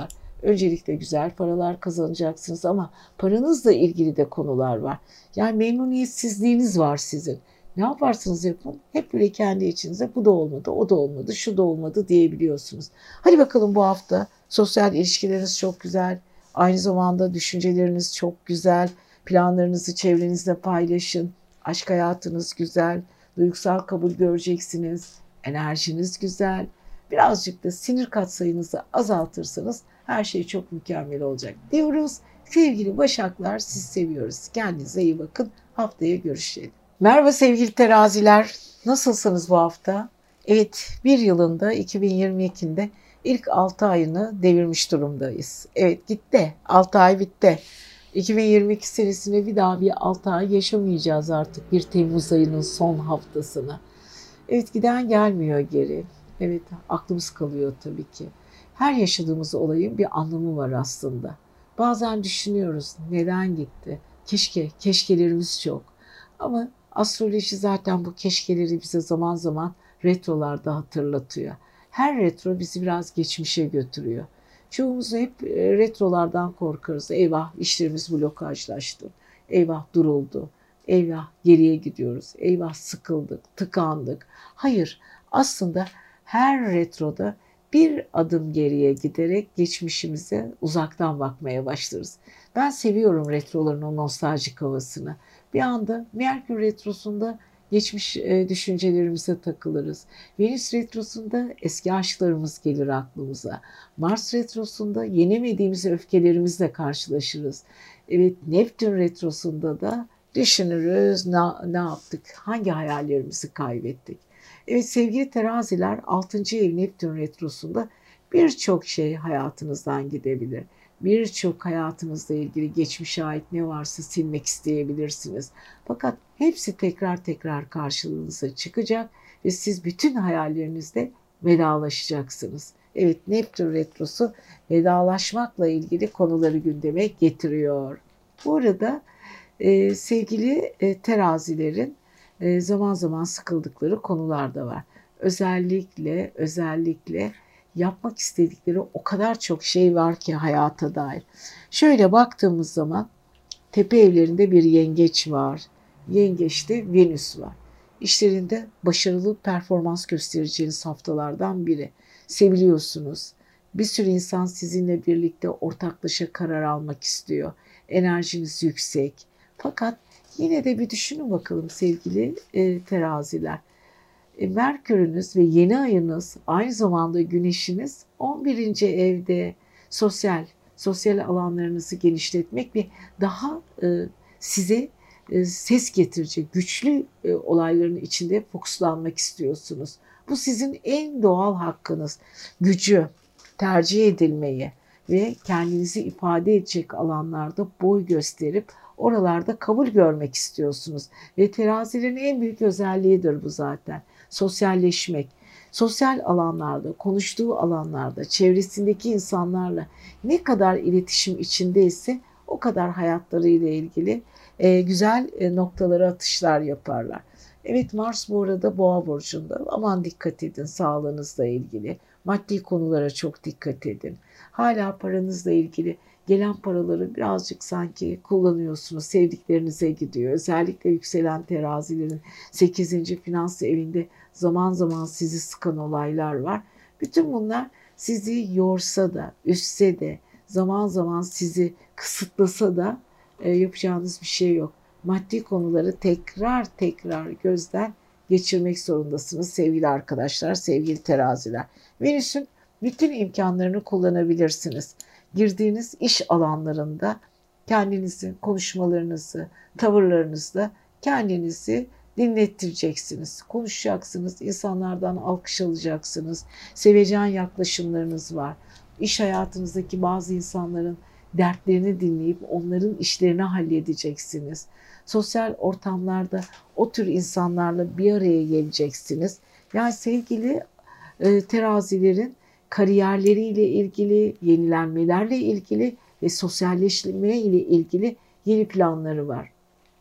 Öncelikle güzel paralar kazanacaksınız ama paranızla ilgili de konular var. Yani memnuniyetsizliğiniz var sizin. Ne yaparsınız yapın? Hep böyle kendi içinize bu da olmadı, o da olmadı, şu da olmadı diyebiliyorsunuz. Hadi bakalım bu hafta sosyal ilişkileriniz çok güzel. Aynı zamanda düşünceleriniz çok güzel. Planlarınızı çevrenizle paylaşın. Aşk hayatınız güzel. Duygusal kabul göreceksiniz. Enerjiniz güzel. Birazcık da sinir katsayınızı azaltırsanız her şey çok mükemmel olacak diyoruz. Sevgili Başaklar, siz seviyoruz. Kendinize iyi bakın. Haftaya görüşelim. Merhaba sevgili teraziler. Nasılsınız bu hafta? Evet, bir yılında iki bin yirmi ikide ilk altı ayını devirmiş durumdayız. Evet, gitti. altı ay bitti. iki bin yirmi iki senesinde bir daha bir altı ay yaşamayacağız artık, bir Temmuz ayının son haftasını. Evet, giden gelmiyor geri. Evet, aklımız kalıyor tabii ki. Her yaşadığımız olayın bir anlamı var aslında. Bazen düşünüyoruz, neden gitti? Keşke, keşkelerimiz çok. Ama astroloji zaten bu keşkeleri bize zaman zaman retrolarda hatırlatıyor. Her retro bizi biraz geçmişe götürüyor. Çoğumuz hep retrolardan korkarız. Eyvah, işlerimiz blokajlaştı. Eyvah, duruldu. Eyvah, geriye gidiyoruz. Eyvah, sıkıldık, tıkandık. Hayır, aslında her retroda bir adım geriye giderek geçmişimize uzaktan bakmaya başlarız. Ben seviyorum retroların o nostaljik havasını. Bir anda Merkür retrosunda geçmiş e, düşüncelerimize takılırız. Venüs retrosunda eski aşklarımız gelir aklımıza. Mars retrosunda yenemediğimiz öfkelerimizle karşılaşırız. Evet, Neptün retrosunda da düşünürüz, ne, ne yaptık, hangi hayallerimizi kaybettik. Evet sevgili teraziler, altıncı ev Neptün retrosunda birçok şey hayatınızdan gidebilir. Birçok hayatınızla ilgili geçmişe ait ne varsa silmek isteyebilirsiniz. Fakat hepsi tekrar tekrar karşınıza çıkacak ve siz bütün hayallerinizde vedalaşacaksınız. Evet, Neptün retrosu vedalaşmakla ilgili konuları gündeme getiriyor. Bu arada e, sevgili e, terazilerin e, zaman zaman sıkıldıkları konular da var. Özellikle özellikle yapmak istedikleri o kadar çok şey var ki hayata dair. Şöyle baktığımız zaman tepe evlerinde bir yengeç var. Yengeçte Venüs var. İşlerinde başarılı performans göstereceğiniz haftalardan biri. Seviliyorsunuz. Bir sürü insan sizinle birlikte ortaklaşa karar almak istiyor. Enerjiniz yüksek. Fakat yine de bir düşünün bakalım sevgili e, teraziler. E, Merkür'ünüz ve yeni ayınız, aynı zamanda güneşiniz on birinci evde. Sosyal, sosyal alanlarınızı genişletmek ve daha e, size e, ses getirecek güçlü e, olayların içinde fokuslanmak istiyorsunuz. Bu sizin en doğal hakkınız. Gücü, tercih edilmeyi ve kendinizi ifade edecek alanlarda boy gösterip oralarda kabul görmek istiyorsunuz. Ve terazilerin en büyük özelliğidir bu zaten. Sosyalleşmek. Sosyal alanlarda, konuştuğu alanlarda, çevresindeki insanlarla ne kadar iletişim içindeyse o kadar hayatlarıyla ilgili e, güzel e, noktalara atışlar yaparlar. Evet, Mars bu arada Boğa burcunda. Aman dikkat edin sağlığınızla ilgili. Maddi konulara çok dikkat edin. Hala paranızla ilgili gelen paraları birazcık sanki kullanıyorsunuz. Sevdiklerinize gidiyor. Özellikle yükselen terazilerin sekizinci finans evinde zaman zaman sizi sıkan olaylar var. Bütün bunlar sizi yorsa da, üstse de, zaman zaman sizi kısıtlasa da e, yapacağınız bir şey yok. Maddi konuları tekrar tekrar gözden geçirmek zorundasınız sevgili arkadaşlar, sevgili teraziler. Venüs'ün bütün imkanlarını kullanabilirsiniz. Girdiğiniz iş alanlarında kendinizi, konuşmalarınızı, tavırlarınızla kendinizi dinlettireceksiniz. Konuşacaksınız, insanlardan alkış alacaksınız. Sevecen yaklaşımlarınız var. İş hayatınızdaki bazı insanların dertlerini dinleyip onların işlerini halledeceksiniz. Sosyal ortamlarda o tür insanlarla bir araya geleceksiniz. Yani sevgili e, terazilerin kariyerleriyle ilgili, yenilenmelerle ilgili ve sosyalleşme ile ilgili yeni planları var.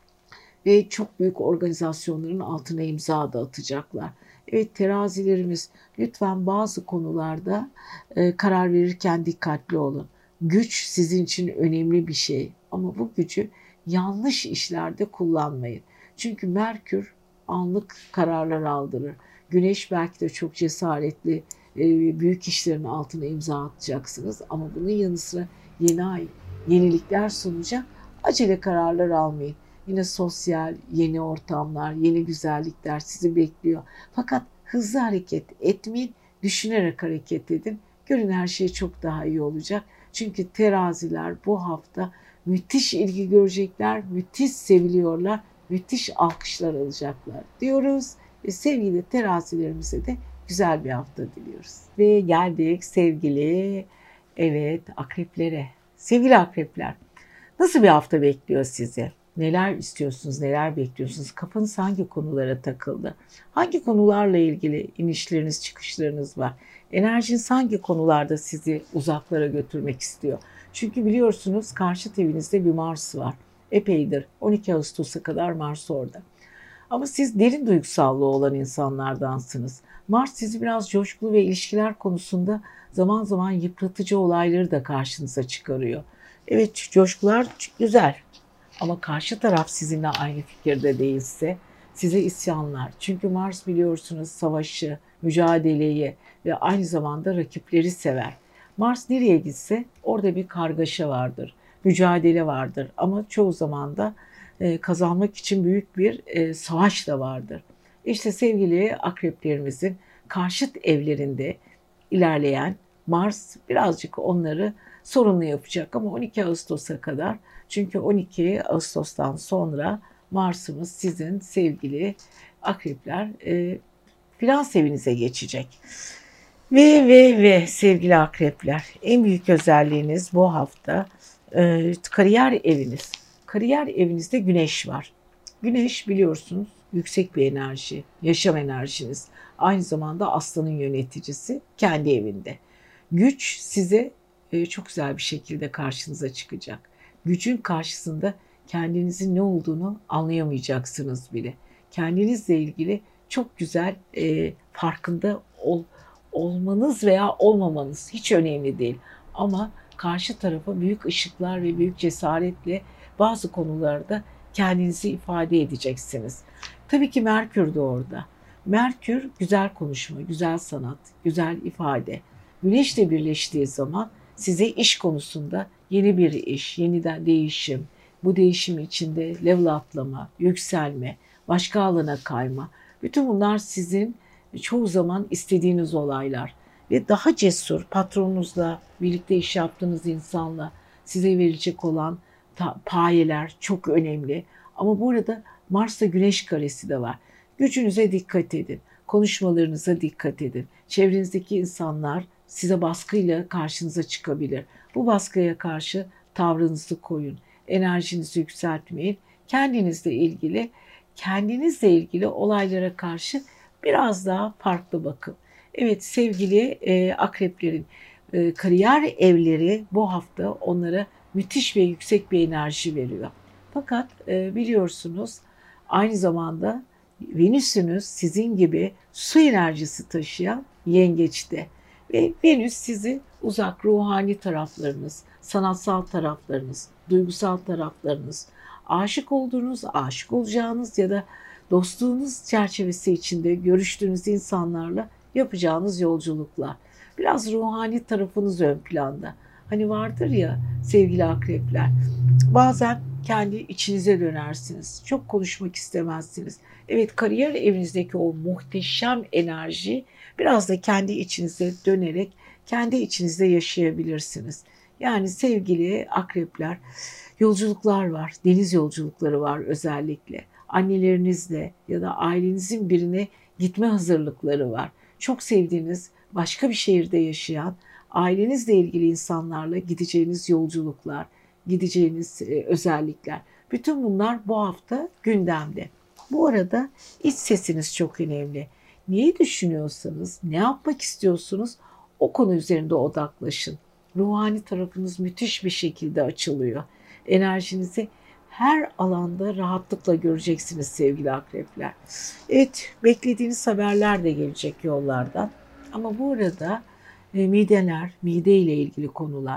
Ve çok büyük organizasyonların altına imza da atacaklar. Evet terazilerimiz, lütfen bazı konularda e, karar verirken dikkatli olun. Güç sizin için önemli bir şey ama bu gücü yanlış işlerde kullanmayın. Çünkü Merkür anlık kararlar aldırır. Güneş belki de çok cesaretli, e, büyük işlerin altına imza atacaksınız ama bunun yanı sıra yeni ay yenilikler sunacak. Acele kararlar almayın. Yine sosyal, yeni ortamlar, yeni güzellikler sizi bekliyor. Fakat hızlı hareket etmeyin, düşünerek hareket edin. Görün her şey çok daha iyi olacak. Çünkü teraziler bu hafta müthiş ilgi görecekler, müthiş seviliyorlar, müthiş alkışlar alacaklar diyoruz. Ve sevgili terazilerimize de güzel bir hafta diliyoruz. Ve geldik sevgili, evet, akreplere. Sevgili akrepler, nasıl bir hafta bekliyor sizi? Neler istiyorsunuz, neler bekliyorsunuz? Kafanız hangi konulara takıldı? Hangi konularla ilgili inişleriniz, çıkışlarınız var? Enerjiniz hangi konularda sizi uzaklara götürmek istiyor? Çünkü biliyorsunuz karşıt evinizde bir Mars var. Epeydir. on iki Ağustos'a kadar Mars orada. Ama siz derin duygusallığı olan insanlardansınız. Mars sizi biraz coşkulu ve ilişkiler konusunda zaman zaman yıpratıcı olayları da karşınıza çıkarıyor. Evet, coşkular güzel ama karşı taraf sizinle aynı fikirde değilse size isyanlar. Çünkü Mars biliyorsunuz savaşı, mücadeleyi ve aynı zamanda rakipleri sever. Mars nereye gitse orada bir kargaşa vardır, mücadele vardır ama çoğu zaman da e, kazanmak için büyük bir e, savaş da vardır. İşte sevgili akreplerimizin karşıt evlerinde ilerleyen Mars birazcık onları sorunlu yapacak ama on iki Ağustos'a kadar, çünkü on iki Ağustos'tan sonra Mars'ımız sizin sevgili akrepler e, finans evinize geçecek. Ve ve ve sevgili akrepler, en büyük özelliğiniz bu hafta e, kariyer eviniz. Kariyer evinizde Güneş var. Güneş biliyorsunuz yüksek bir enerji, yaşam enerjiniz. Aynı zamanda Aslan'ın yöneticisi kendi evinde. Güç size e, çok güzel bir şekilde karşınıza çıkacak. Gücün karşısında kendinizin ne olduğunu anlayamayacaksınız bile. Kendinizle ilgili çok güzel e, farkında ol, olmanız veya olmamanız hiç önemli değil. Ama karşı tarafa büyük ışıklar ve büyük cesaretle bazı konularda kendinizi ifade edeceksiniz. Tabii ki Merkür de orada. Merkür güzel konuşma, güzel sanat, güzel ifade. Güneşle birleştiği zaman size iş konusunda yeni bir iş, yeniden değişim, bu değişim içinde level atlama, yükselme, başka alana kayma. Bütün bunlar sizin çoğu zaman istediğiniz olaylar. Ve daha cesur, patronunuzla, birlikte iş yaptığınız insanla size verecek olan payeler çok önemli. Ama bu arada Mars'ta Güneş karesi de var. Gücünüze dikkat edin, konuşmalarınıza dikkat edin. Çevrenizdeki insanlar size baskıyla karşınıza çıkabilir. Bu baskıya karşı tavrınızı koyun, enerjinizi yükseltmeyin. Kendinizle ilgili, kendinizle ilgili olaylara karşı biraz daha farklı bakın. Evet sevgili e, akreplerin e, kariyer evleri bu hafta onlara müthiş ve yüksek bir enerji veriyor. Fakat e, biliyorsunuz aynı zamanda Venüs'ünüz sizin gibi su enerjisi taşıyan yengeçte. Ve Venüs sizi uzak ruhani taraflarınız, sanatsal taraflarınız, duygusal taraflarınız, aşık olduğunuz, aşık olacağınız ya da dostluğunuz çerçevesi içinde görüştüğünüz insanlarla yapacağınız yolculuklar. Biraz ruhani tarafınız ön planda. Hani vardır ya sevgili akrepler, bazen kendi içinize dönersiniz. Çok konuşmak istemezsiniz. Evet, kariyer evinizdeki o muhteşem enerji biraz da kendi içinize dönerek kendi içinizde yaşayabilirsiniz. Yani sevgili akrepler, yolculuklar var. Deniz yolculukları var özellikle. Annelerinizle ya da ailenizin birine gitme hazırlıkları var. Çok sevdiğiniz, başka bir şehirde yaşayan, ailenizle ilgili insanlarla gideceğiniz yolculuklar, gideceğiniz e, özellikler. Bütün bunlar bu hafta gündemde. Bu arada iç sesiniz çok önemli. Neyi düşünüyorsanız, ne yapmak istiyorsunuz o konu üzerinde odaklaşın. Ruhani tarafınız müthiş bir şekilde açılıyor. Enerjinizi her alanda rahatlıkla göreceksiniz sevgili akrepler. Evet, beklediğiniz haberler de gelecek yollardan. Ama bu arada e, mideler, mide ile ilgili konular,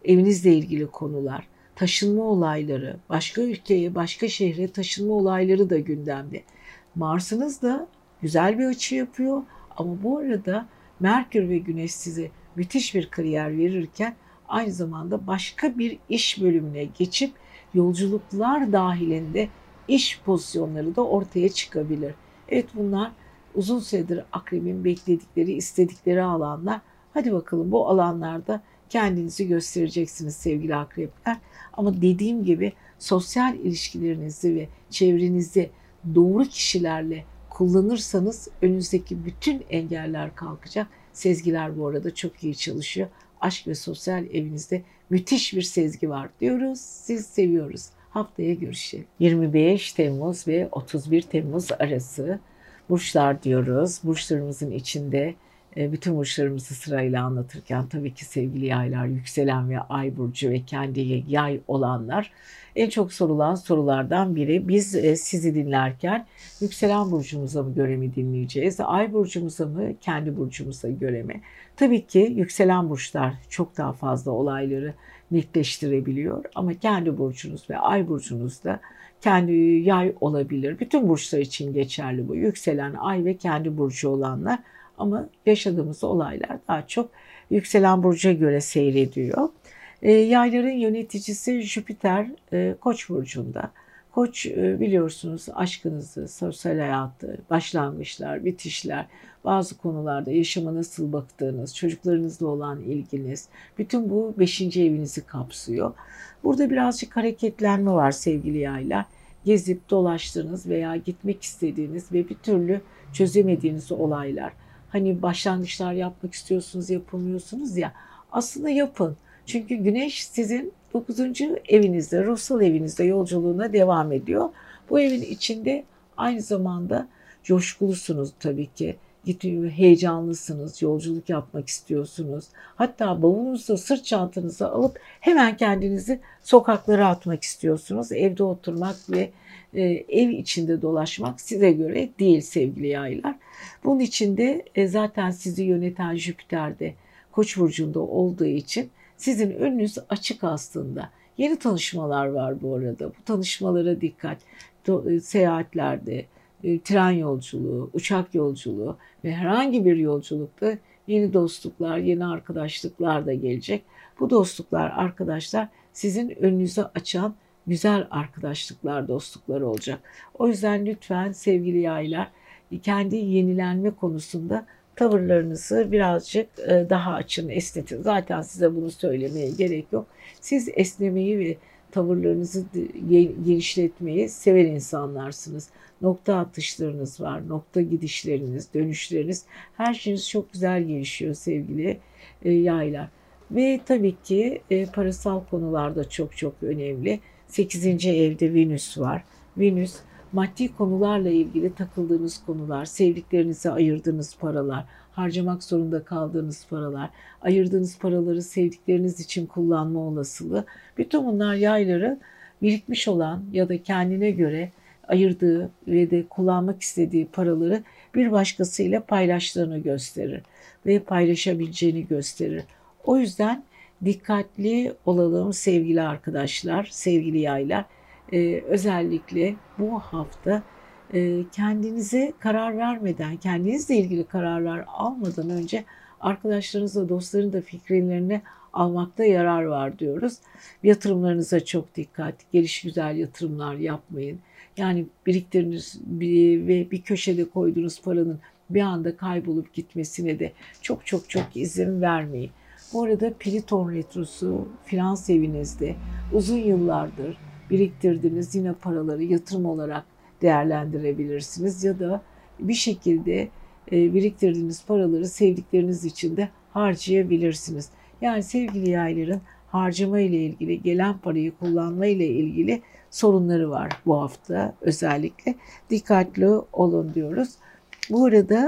evinizle ilgili konular, taşınma olayları, başka ülkeye, başka şehre taşınma olayları da gündemde. Mars'ınız da güzel bir açı yapıyor ama bu arada Merkür ve Güneş size müthiş bir kariyer verirken aynı zamanda başka bir iş bölümüne geçip yolculuklar dahilinde iş pozisyonları da ortaya çıkabilir. Evet, bunlar uzun süredir akrebin bekledikleri, istedikleri alanlar. Hadi bakalım, bu alanlarda kendinizi göstereceksiniz sevgili akrepler. Ama dediğim gibi sosyal ilişkilerinizi ve çevrenizi doğru kişilerle kullanırsanız önünüzdeki bütün engeller kalkacak. Sezgiler bu arada çok iyi çalışıyor. Aşk ve sosyal evinizde müthiş bir sezgi var diyoruz. Siz seviyoruz. Haftaya görüşelim. yirmi beş Temmuz ve otuz bir Temmuz arası burçlar diyoruz. Burçlarımızın içinde bütün burçlarımızı sırayla anlatırken tabii ki sevgili yaylar, yükselen ve ay burcu ve kendi yay olanlar en çok sorulan sorulardan biri. Biz sizi dinlerken yükselen burcumuza mı göre mi dinleyeceğiz? Ay burcumuza mı, kendi burcumuza göre mi? Tabii ki yükselen burçlar çok daha fazla olayları netleştirebiliyor ama kendi burcunuz ve ay burcunuz da kendi yay olabilir. Bütün burçlar için geçerli bu. Yükselen ay ve kendi burcu olanlar, ama yaşadığımız olaylar daha çok yükselen burca göre seyrediyor. E, yayların yöneticisi Jüpiter e, Koç burcunda. Koç e, biliyorsunuz aşkınızı, sosyal hayatı, başlangıçlar, bitişler, bazı konularda yaşama nasıl baktığınız, çocuklarınızla olan ilginiz, bütün bu beşinci evinizi kapsıyor. Burada birazcık hareketlenme var sevgili yaylar. Gezip dolaştığınız veya gitmek istediğiniz ve bir türlü çözemediğiniz olaylar. Hani başlangıçlar yapmak istiyorsunuz, yapamıyorsunuz ya. Aslında yapın. Çünkü Güneş sizin dokuzuncu evinizde, ruhsal evinizde yolculuğuna devam ediyor. Bu evin içinde aynı zamanda coşkulusunuz tabii ki. Gidiyor, heyecanlısınız, yolculuk yapmak istiyorsunuz. Hatta bavulunuzu, sırt çantanızı alıp hemen kendinizi sokaklara atmak istiyorsunuz. Evde oturmak ve e, ev içinde dolaşmak size göre değil sevgili yaylar. Bunun için de e, zaten sizi yöneten Jüpiter de Koç burcunda olduğu için sizin önünüz açık aslında. Yeni tanışmalar var bu arada. Bu tanışmalara dikkat. Do- seyahatlerde, e, tren yolculuğu, uçak yolculuğu ve herhangi bir yolculukta yeni dostluklar, yeni arkadaşlıklar da gelecek. Bu dostluklar, arkadaşlar sizin önünüze açan güzel arkadaşlıklar, dostluklar olacak. O yüzden lütfen sevgili yaylar, kendi yenilenme konusunda tavırlarınızı birazcık daha açın, esnetin. Zaten size bunu söylemeye gerek yok. Siz esnemeyi ve tavırlarınızı genişletmeyi seven insanlarsınız. Nokta atışlarınız var, nokta gidişleriniz, dönüşleriniz, her şeyiniz çok güzel gelişiyor sevgili yaylar. Ve tabii ki parasal konularda çok çok önemli. sekizinci evde Venüs var. Venüs maddi konularla ilgili takıldığınız konular, sevdiklerinize ayırdığınız paralar, harcamak zorunda kaldığınız paralar, ayırdığınız paraları sevdikleriniz için kullanma olasılığı. Bütün bunlar yayları birikmiş olan ya da kendine göre ayırdığı ve de kullanmak istediği paraları bir başkasıyla paylaştığını gösterir ve paylaşabileceğini gösterir. O yüzden dikkatli olalım sevgili arkadaşlar, sevgili yaylar. Ee, özellikle bu hafta e, kendinize karar vermeden, kendinizle ilgili kararlar almadan önce arkadaşlarınızla, dostların da fikirlerini almakta yarar var diyoruz. Yatırımlarınıza çok dikkat, gelişigüzel yatırımlar yapmayın. Yani biriktirdiğiniz bir, ve bir köşede koyduğunuz paranın bir anda kaybolup gitmesine de çok çok çok izin vermeyin. Bu arada Plüton retrosu finans evinizde uzun yıllardır biriktirdiğiniz yine paraları yatırım olarak değerlendirebilirsiniz ya da bir şekilde biriktirdiğiniz paraları sevdikleriniz için de harcayabilirsiniz. Yani sevgili yayların harcama ile ilgili, gelen parayı kullanma ile ilgili sorunları var bu hafta özellikle. Dikkatli olun diyoruz. Bu arada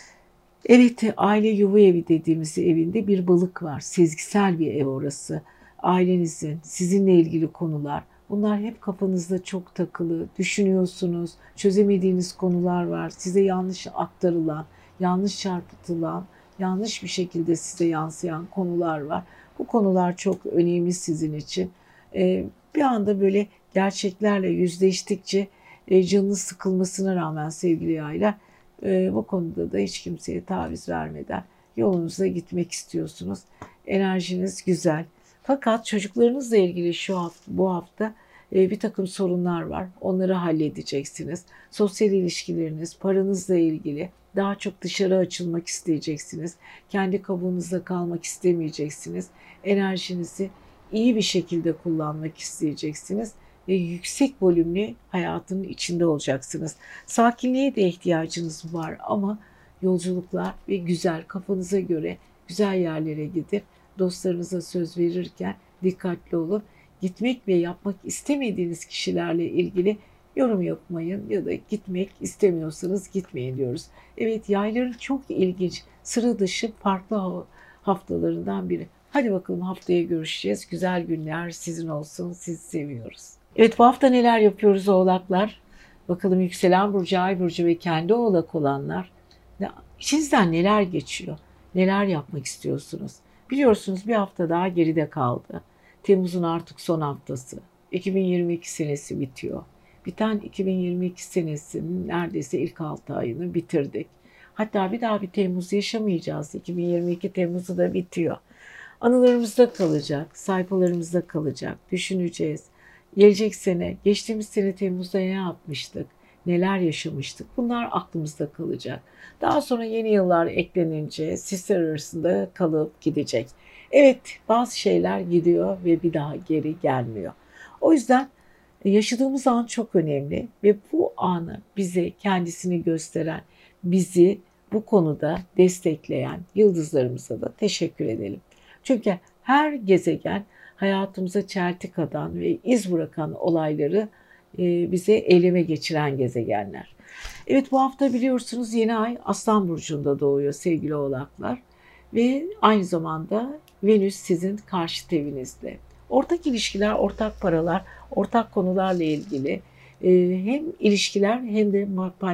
evet, aile yuva evi dediğimiz evinde bir balık var. Sezgisel bir ev orası. Ailenizin, sizinle ilgili konular. Bunlar hep kafanızda çok takılı. Düşünüyorsunuz, çözemediğiniz konular var. Size yanlış aktarılan, yanlış çarpıtılan yanlış bir şekilde size yansıyan konular var. Bu konular çok önemli sizin için. Ee, bir anda böyle gerçeklerle yüzleştikçe e, canınız sıkılmasına rağmen sevgili yaylar, e, bu konuda da hiç kimseye taviz vermeden yolunuza gitmek istiyorsunuz. Enerjiniz güzel. Fakat çocuklarınızla ilgili şu hafta, bu hafta e, bir takım sorunlar var. Onları halledeceksiniz. Sosyal ilişkileriniz, paranızla ilgili daha çok dışarı açılmak isteyeceksiniz. Kendi kabuğunuzda kalmak istemeyeceksiniz. Enerjinizi iyi bir şekilde kullanmak isteyeceksiniz ve yüksek volümlü hayatın içinde olacaksınız. Sakinliğe de ihtiyacınız var ama yolculuklar ve güzel, kafanıza göre güzel yerlere gidip dostlarınıza söz verirken dikkatli olun. Gitmek ve yapmak istemediğiniz kişilerle ilgili yorum yapmayın ya da gitmek istemiyorsanız gitmeyin diyoruz. Evet, yayların çok ilginç, sıra dışı farklı haftalarından biri. Hadi bakalım, haftaya görüşeceğiz. Güzel günler sizin olsun. Sizi seviyoruz. Evet, bu hafta neler yapıyoruz oğlaklar? Bakalım yükselen burcu, ay burcu ve kendi oğlak olanlar. İçinizden neler geçiyor? Neler yapmak istiyorsunuz? Biliyorsunuz bir hafta daha geride kaldı. Temmuz'un artık son haftası. iki bin yirmi iki senesi bitiyor. Biten iki bin yirmi iki senesinin neredeyse ilk altı ayını bitirdik. Hatta bir daha bir Temmuz yaşamayacağız. iki bin yirmi iki Temmuz'u da bitiyor. Anılarımızda kalacak, sayfalarımızda kalacak, düşüneceğiz. Gelecek sene, geçtiğimiz sene Temmuz'da ne yapmıştık, neler yaşamıştık, bunlar aklımızda kalacak. Daha sonra yeni yıllar eklenince sisler arasında kalıp gidecek. Evet, bazı şeyler gidiyor ve bir daha geri gelmiyor. O yüzden yaşadığımız an çok önemli ve bu anı bize kendisini gösteren, bizi bu konuda destekleyen yıldızlarımıza da teşekkür edelim. Çünkü her gezegen hayatımıza çeltik atan ve iz bırakan olayları bize eyleme geçiren gezegenler. Evet, bu hafta biliyorsunuz yeni ay Aslan Burcu'nda doğuyor sevgili oğlaklar. Ve aynı zamanda Venüs sizin karşıt evinizde. Ortak ilişkiler, ortak paralar, ortak konularla ilgili hem ilişkiler hem de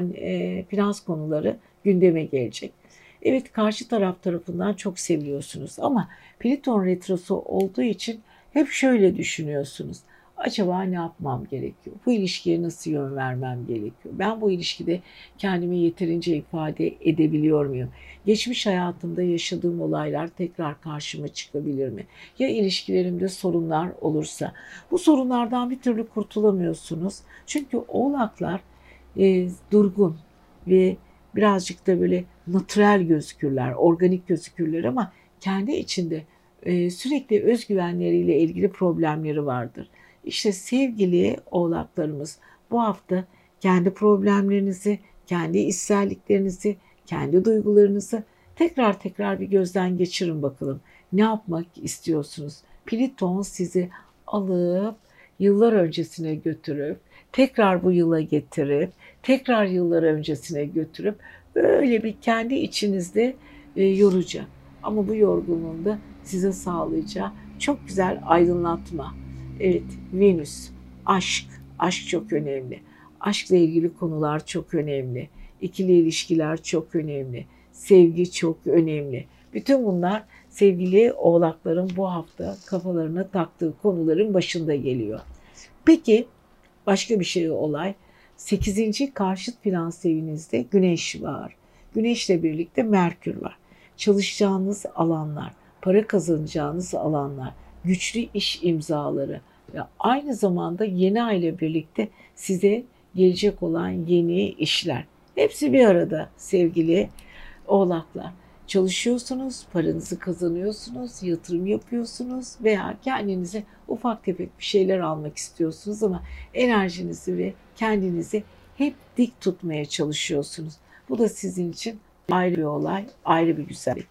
finans konuları gündeme gelecek. Evet, karşı taraf tarafından çok seviliyorsunuz ama Plüton retrosu olduğu için hep şöyle düşünüyorsunuz. Acaba ne yapmam gerekiyor? Bu ilişkiye nasıl yön vermem gerekiyor? Ben bu ilişkide kendimi yeterince ifade edebiliyor muyum? Geçmiş hayatımda yaşadığım olaylar tekrar karşıma çıkabilir mi? Ya ilişkilerimde sorunlar olursa? Bu sorunlardan bir türlü kurtulamıyorsunuz. Çünkü oğlaklar e, durgun ve birazcık da böyle natürel gözükürler, organik gözükürler ama kendi içinde e, sürekli özgüvenleriyle ilgili problemleri vardır. İşte sevgili oğlaklarımız, bu hafta kendi problemlerinizi, kendi içselliklerinizi, kendi duygularınızı tekrar tekrar bir gözden geçirin bakalım. Ne yapmak istiyorsunuz? Plüton sizi alıp yıllar öncesine götürüp, tekrar bu yıla getirip, tekrar yıllar öncesine götürüp böyle bir kendi içinizde e, yoracak. Ama bu yorgunluğun da size sağlayacağı çok güzel aydınlatma. Evet, Venüs, aşk, aşk çok önemli. Aşkla ilgili konular çok önemli. İkili ilişkiler çok önemli. Sevgi çok önemli. Bütün bunlar sevgili oğlakların bu hafta kafalarına taktığı konuların başında geliyor. Peki, başka bir şey olay. sekizinci karşıt finans evinizde Güneş var. Güneşle birlikte Merkür var. Çalışacağınız alanlar, para kazanacağınız alanlar, güçlü iş imzaları ve aynı zamanda yeni ay ile birlikte size gelecek olan yeni işler. Hepsi bir arada sevgili oğlaklar. Çalışıyorsunuz, paranızı kazanıyorsunuz, yatırım yapıyorsunuz veya kendinize ufak tefek bir şeyler almak istiyorsunuz ama enerjinizi ve kendinizi hep dik tutmaya çalışıyorsunuz. Bu da sizin için ayrı bir olay, ayrı bir güzellik.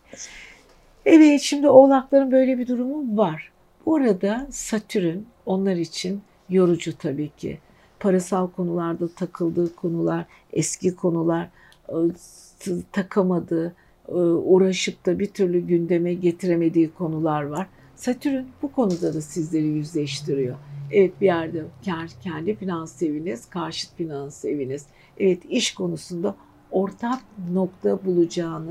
Evet, şimdi oğlakların böyle bir durumu var. Bu arada Satürn onlar için yorucu tabii ki. Parasal konularda takıldığı konular, eski konular, takamadığı, uğraşıp da bir türlü gündeme getiremediği konular var. Satürn bu konuda da sizleri yüzleştiriyor. Evet, bir yerde kendi finans eviniz, karşıt finans eviniz. Evet, iş konusunda ortak nokta bulacağınız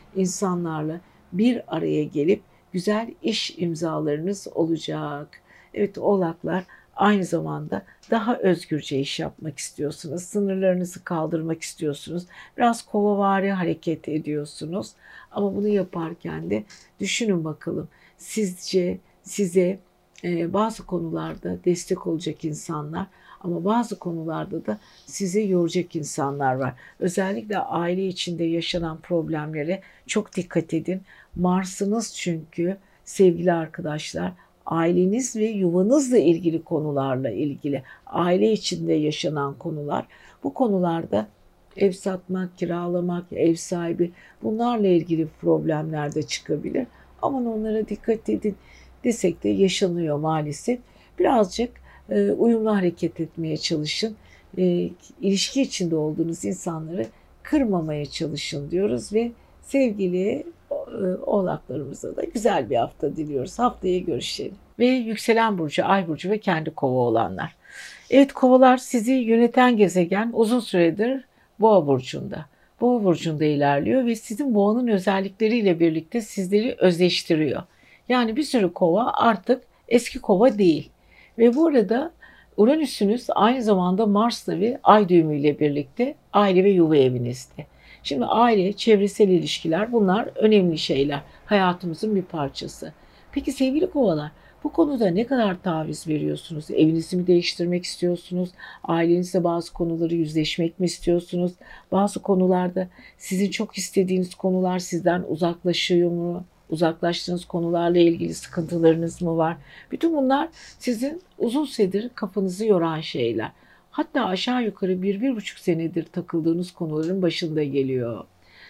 insanlarla bir araya gelip güzel iş imzalarınız olacak. Evet, Oğlaklar aynı zamanda daha özgürce iş yapmak istiyorsunuz. Sınırlarınızı kaldırmak istiyorsunuz. Biraz kovavari hareket ediyorsunuz. Ama bunu yaparken de düşünün bakalım. Sizce size e, bazı konularda destek olacak insanlar ama bazı konularda da sizi yoracak insanlar var. Özellikle aile içinde yaşanan problemlere çok dikkat edin. Mars'ınız çünkü sevgili arkadaşlar aileniz ve yuvanızla ilgili konularla ilgili, aile içinde yaşanan konular, bu konularda ev satmak, kiralamak, ev sahibi bunlarla ilgili problemler de çıkabilir. Aman onlara dikkat edin desek de yaşanıyor maalesef. Birazcık e, uyumlu hareket etmeye çalışın. E, ilişki içinde olduğunuz insanları kırmamaya çalışın diyoruz ve sevgili Oğlaklarımıza da güzel bir hafta diliyoruz. Haftaya görüşelim. Ve yükselen burcu, ay burcu ve kendi kova olanlar. Evet, kovalar, sizi yöneten gezegen uzun süredir Boğa burcunda. Boğa burcunda ilerliyor ve sizin boğanın özellikleriyle birlikte sizleri özleştiriyor. Yani bir sürü kova artık eski kova değil. Ve bu arada Uranüs'ünüz aynı zamanda Mars'la ve Ay düğümüyle birlikte aile ve yuva evinizde. Şimdi aile, çevresel ilişkiler bunlar önemli şeyler. Hayatımızın bir parçası. Peki sevgili kovalar, bu konuda ne kadar taviz veriyorsunuz? Evinizi mi değiştirmek istiyorsunuz? Ailenizle bazı konuları yüzleşmek mi istiyorsunuz? Bazı konularda sizin çok istediğiniz konular sizden uzaklaşıyor mu? Uzaklaştığınız konularla ilgili sıkıntılarınız mı var? Bütün bunlar sizin uzun süredir kafanızı yoran şeyler. Hatta aşağı yukarı bir, bir buçuk senedir takıldığınız konuların başında geliyor.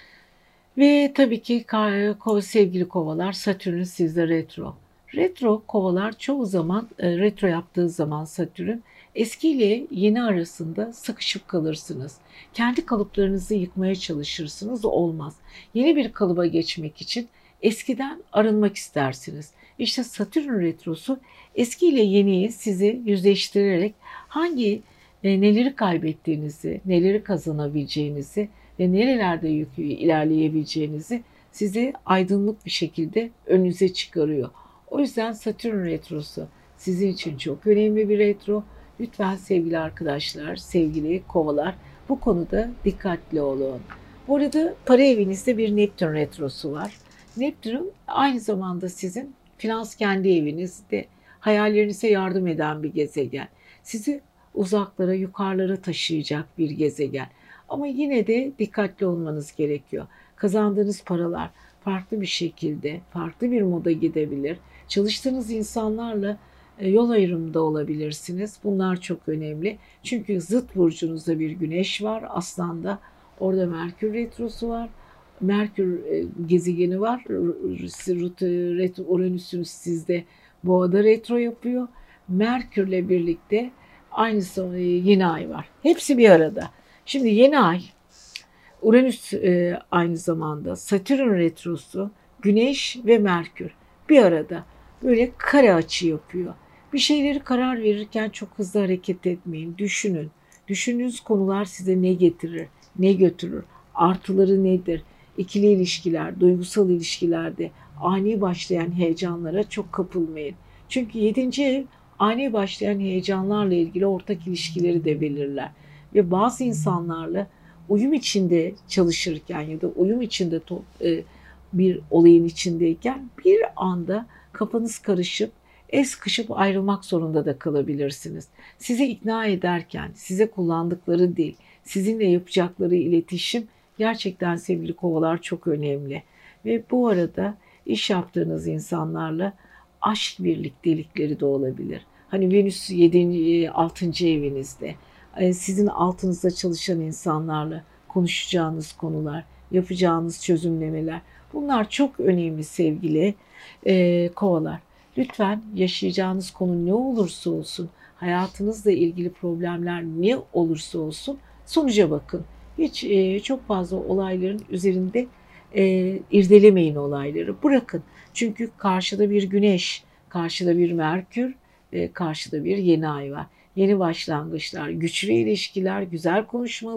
Ve tabii ki sevgili kovalar, Satürn sizde retro. Retro kovalar çoğu zaman retro yaptığı zaman Satürn eski ile yeni arasında sıkışıp kalırsınız. Kendi kalıplarınızı yıkmaya çalışırsınız, olmaz. Yeni bir kalıba geçmek için eskiden arınmak istersiniz. İşte Satürn retrosu eski ile yeniyi sizi yüzleştirerek hangi e, neleri kaybettiğinizi, neleri kazanabileceğinizi ve nerelerde yükü ilerleyebileceğinizi sizi aydınlık bir şekilde önünüze çıkarıyor. O yüzden Satürn retrosu sizin için çok önemli bir retro. Lütfen sevgili arkadaşlar, sevgili kovalar bu konuda dikkatli olun. Bu arada para evinizde bir Neptün retrosu var. Neptün aynı zamanda sizin finans kendi evinizde hayallerinize yardım eden bir gezegen. Sizi uzaklara, yukarılara taşıyacak bir gezegen. Ama yine de dikkatli olmanız gerekiyor. Kazandığınız paralar farklı bir şekilde, farklı bir moda gidebilir. Çalıştığınız insanlarla yol ayrımında olabilirsiniz. Bunlar çok önemli. Çünkü zıt burcunuzda bir güneş var. Aslan'da orada Merkür retrosu var. Merkür gezegeni var. Uranüs'ünüz sizde Boğa'da retro yapıyor. Merkür'le birlikte aynı zamanda yeni ay var. Hepsi bir arada. Şimdi yeni ay, Uranüs e, aynı zamanda Satürn retrosu, Güneş ve Merkür bir arada böyle kare açı yapıyor. Bir şeyleri karar verirken çok hızlı hareket etmeyin. Düşünün. Düşündüğünüz konular size ne getirir, ne götürür, artıları nedir? İkili ilişkiler, duygusal ilişkilerde ani başlayan heyecanlara çok kapılmayın. Çünkü yedinci ev ani başlayan heyecanlarla ilgili ortak ilişkileri de belirler. Ve bazı insanlarla uyum içinde çalışırken ya da uyum içinde bir olayın içindeyken bir anda kafanız karışıp es sıkışıp ayrılmak zorunda da kalabilirsiniz. Sizi ikna ederken size kullandıkları dil, sizinle yapacakları iletişim gerçekten sevgili kovalar çok önemli. Ve bu arada iş yaptığınız insanlarla aşk birliktelikleri de olabilir. Hani Venüs yedinci altıncı evinizde. Sizin altınızda çalışan insanlarla konuşacağınız konular, yapacağınız çözümlemeler. Bunlar çok önemli sevgili e, kovalar. Lütfen yaşayacağınız konu ne olursa olsun, hayatınızla ilgili problemler ne olursa olsun sonuca bakın. Hiç e, çok fazla olayların üzerinde e, irdelemeyin olayları. Bırakın. Çünkü karşıda bir güneş, karşıda bir Merkür, e, karşıda bir yeni ay var. Yeni başlangıçlar, güçlü ilişkiler, güzel konuşmalar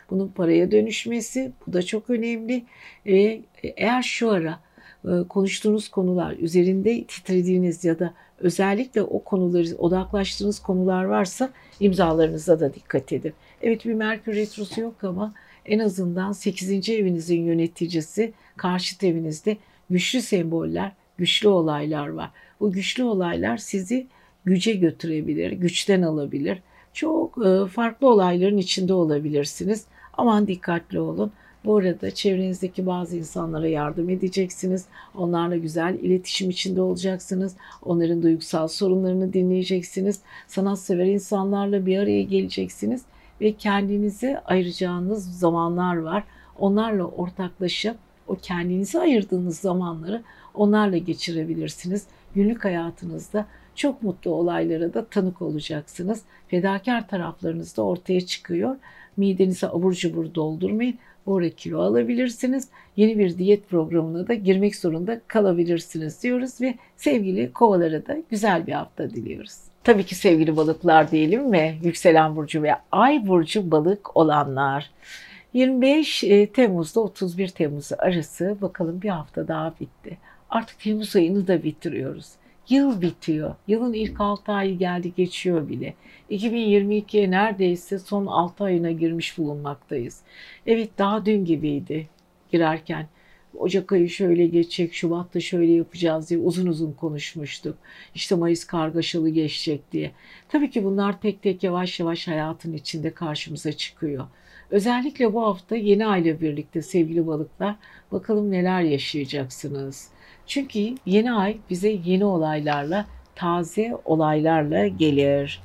Bunun paraya dönüşmesi, bu da çok önemli. Ve eğer şu ara e, konuştuğunuz konular, üzerinde titrediğiniz ya da özellikle o konuları odaklaştığınız konular varsa imzalarınıza da dikkat edin. Evet, bir Merkür Retrosu yok ama en azından sekizinci evinizin yöneticisi karşıt evinizde güçlü semboller, güçlü olaylar var. Bu güçlü olaylar sizi güce götürebilir, güçten alabilir. Çok e, farklı olayların içinde olabilirsiniz. Aman dikkatli olun. Bu arada çevrenizdeki bazı insanlara yardım edeceksiniz. Onlarla güzel iletişim içinde olacaksınız. Onların duygusal sorunlarını dinleyeceksiniz. Sanatsever insanlarla bir araya geleceksiniz ve kendinize ayıracağınız zamanlar var. Onlarla ortaklaşıp o kendinize ayırdığınız zamanları onlarla geçirebilirsiniz. Günlük hayatınızda çok mutlu olaylara da tanık olacaksınız. Fedakar taraflarınız da ortaya çıkıyor. Midenizi abur cubur doldurmayın. Orada kilo alabilirsiniz. Yeni bir diyet programına da girmek zorunda kalabilirsiniz diyoruz ve sevgili kovalara da güzel bir hafta diliyoruz. Tabii ki sevgili balıklar diyelim mi? Yükselen burcu ve ay burcu balık olanlar. yirmi beş Temmuz'da otuz bir Temmuz arası bakalım bir hafta daha bitti. Artık Temmuz ayını da bitiriyoruz. Yıl bitiyor. Yılın ilk altı ayı geldi geçiyor bile. iki bin yirmi ikiye neredeyse son altı ayına girmiş bulunmaktayız. Evet, daha dün gibiydi girerken. Ocak ayı şöyle geçecek, Şubat'ta şöyle yapacağız diye uzun uzun konuşmuştuk. İşte Mayıs kargaşalı geçecek diye. Tabii ki bunlar tek tek yavaş yavaş hayatın içinde karşımıza çıkıyor. Özellikle bu hafta yeni ayla birlikte sevgili balıklar, bakalım neler yaşayacaksınız. Çünkü yeni ay bize yeni olaylarla, taze olaylarla gelir.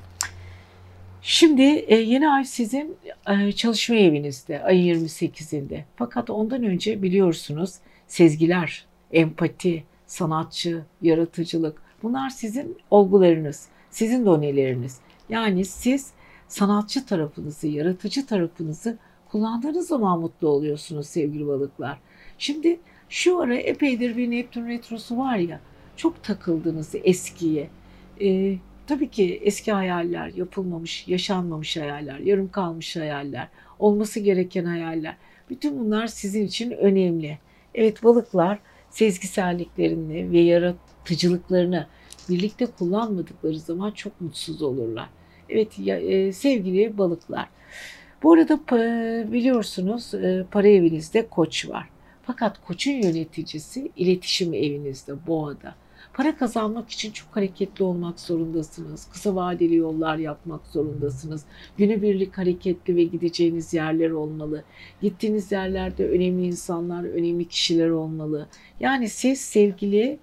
Şimdi e, yeni ay sizin e, çalışma evinizde, ayın yirmi sekizinde. Fakat ondan önce biliyorsunuz sezgiler, empati, sanatçı, yaratıcılık, bunlar sizin olgularınız, sizin doneleriniz. Yani siz sanatçı tarafınızı, yaratıcı tarafınızı kullandığınız zaman mutlu oluyorsunuz sevgili balıklar. Şimdi şu ara epeydir bir Neptün retrosu var ya, çok takıldınız eskiye. Ee, tabii ki eski hayaller, yapılmamış, yaşanmamış hayaller, yarım kalmış hayaller, olması gereken hayaller. Bütün bunlar sizin için önemli. Evet, balıklar sezgiselliklerini ve yaratıcılıklarını birlikte kullanmadıkları zaman çok mutsuz olurlar. Evet ya, e, sevgili balıklar. Bu arada pa- biliyorsunuz e, para evinizde Koç var. Fakat Koç'un yöneticisi iletişim evinizde, Boğa'da. Para kazanmak için çok hareketli olmak zorundasınız. Kısa vadeli yollar yapmak zorundasınız. Günübirlik hareketli ve gideceğiniz yerler olmalı. Gittiğiniz yerlerde önemli insanlar, önemli kişiler olmalı. Yani siz sevgili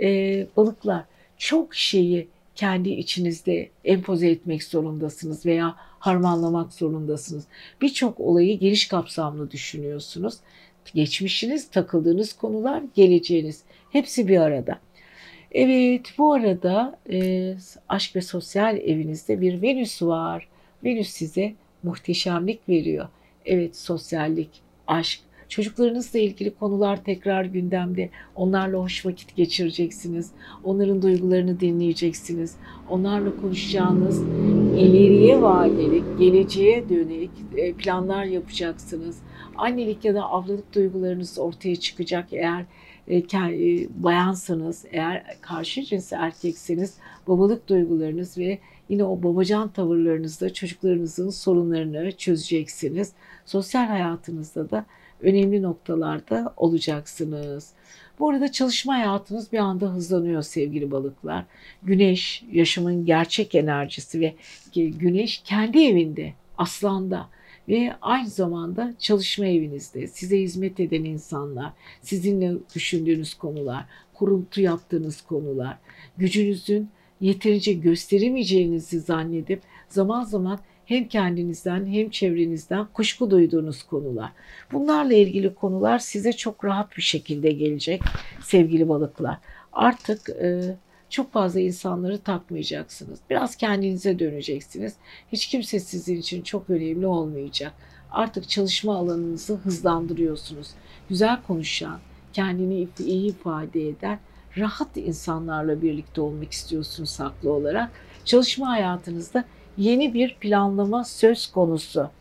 e, balıklar çok şeyi kendi içinizde empoze etmek zorundasınız veya harmanlamak zorundasınız. Birçok olayı geniş kapsamlı düşünüyorsunuz. Geçmişiniz, takıldığınız konular, geleceğiniz hepsi bir arada. Evet, bu arada e, aşk ve sosyal evinizde bir Venüs var. Venüs size muhteşemlik veriyor. Evet, sosyallik, aşk, çocuklarınızla ilgili konular tekrar gündemde. Onlarla hoş vakit geçireceksiniz. Onların duygularını dinleyeceksiniz. Onlarla konuşacağınız ileriye vadelik, geleceğe dönük e, planlar yapacaksınız. Annelik ya da ablalık duygularınız ortaya çıkacak eğer e, bayansanız, eğer karşı cins erkekseniz babalık duygularınız ve yine o babacan tavırlarınızda çocuklarınızın sorunlarını çözeceksiniz. Sosyal hayatınızda da önemli noktalarda olacaksınız. Bu arada çalışma hayatınız bir anda hızlanıyor sevgili balıklar. Güneş, yaşamın gerçek enerjisi ve Güneş kendi evinde, Aslan'da ve aynı zamanda çalışma evinizde size hizmet eden insanlar, sizinle düşündüğünüz konular, kuruntu yaptığınız konular, gücünüzün yeterince gösteremeyeceğinizi zannedip zaman zaman hem kendinizden hem çevrenizden kuşku duyduğunuz konular. Bunlarla ilgili konular size çok rahat bir şekilde gelecek sevgili balıklar. Artık e, çok fazla insanları takmayacaksınız. Biraz kendinize döneceksiniz. Hiç kimse sizin için çok önemli olmayacak. Artık çalışma alanınızı hızlandırıyorsunuz. Güzel konuşan, kendini iyi ifade eden, rahat insanlarla birlikte olmak istiyorsunuz haklı olarak. Çalışma hayatınızda yeni bir planlama söz konusu.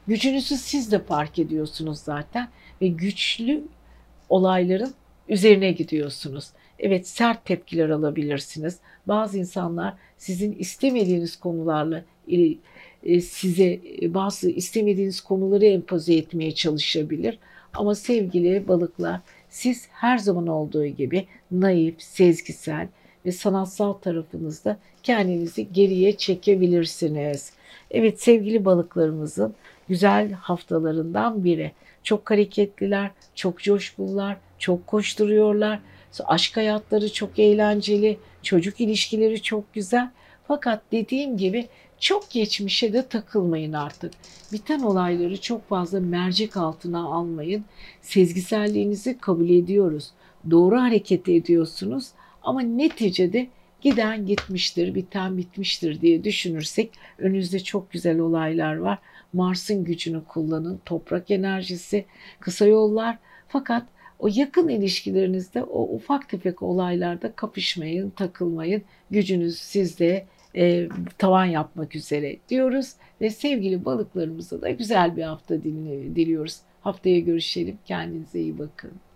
Gücünüzü siz de fark ediyorsunuz zaten ve güçlü olayların üzerine gidiyorsunuz. Evet, sert tepkiler alabilirsiniz. Bazı insanlar sizin istemediğiniz konularla e, e, size e, bazı istemediğiniz konuları empoze etmeye çalışabilir. Ama sevgili balıklar, siz her zaman olduğu gibi naif, sezgisel ve sanatsal tarafınızda kendinizi geriye çekebilirsiniz. Evet, sevgili balıklarımızın güzel haftalarından biri. Çok hareketliler, çok coşkulular, çok koşturuyorlar. Aşk hayatları çok eğlenceli, çocuk ilişkileri çok güzel. Fakat dediğim gibi çok geçmişe de takılmayın artık. Biten olayları çok fazla mercek altına almayın. Sezgiselliğinizi kabul ediyoruz. Doğru hareket ediyorsunuz ama neticede giden gitmiştir, biten bitmiştir diye düşünürsek önünüzde çok güzel olaylar var. Mars'ın gücünü kullanın, toprak enerjisi, kısa yollar. Fakat o yakın ilişkilerinizde o ufak tefek olaylarda kapışmayın, takılmayın. Gücünüz sizde e, tavan yapmak üzere diyoruz. Ve sevgili balıklarımıza da güzel bir hafta diliyoruz. Haftaya görüşelim. Kendinize iyi bakın.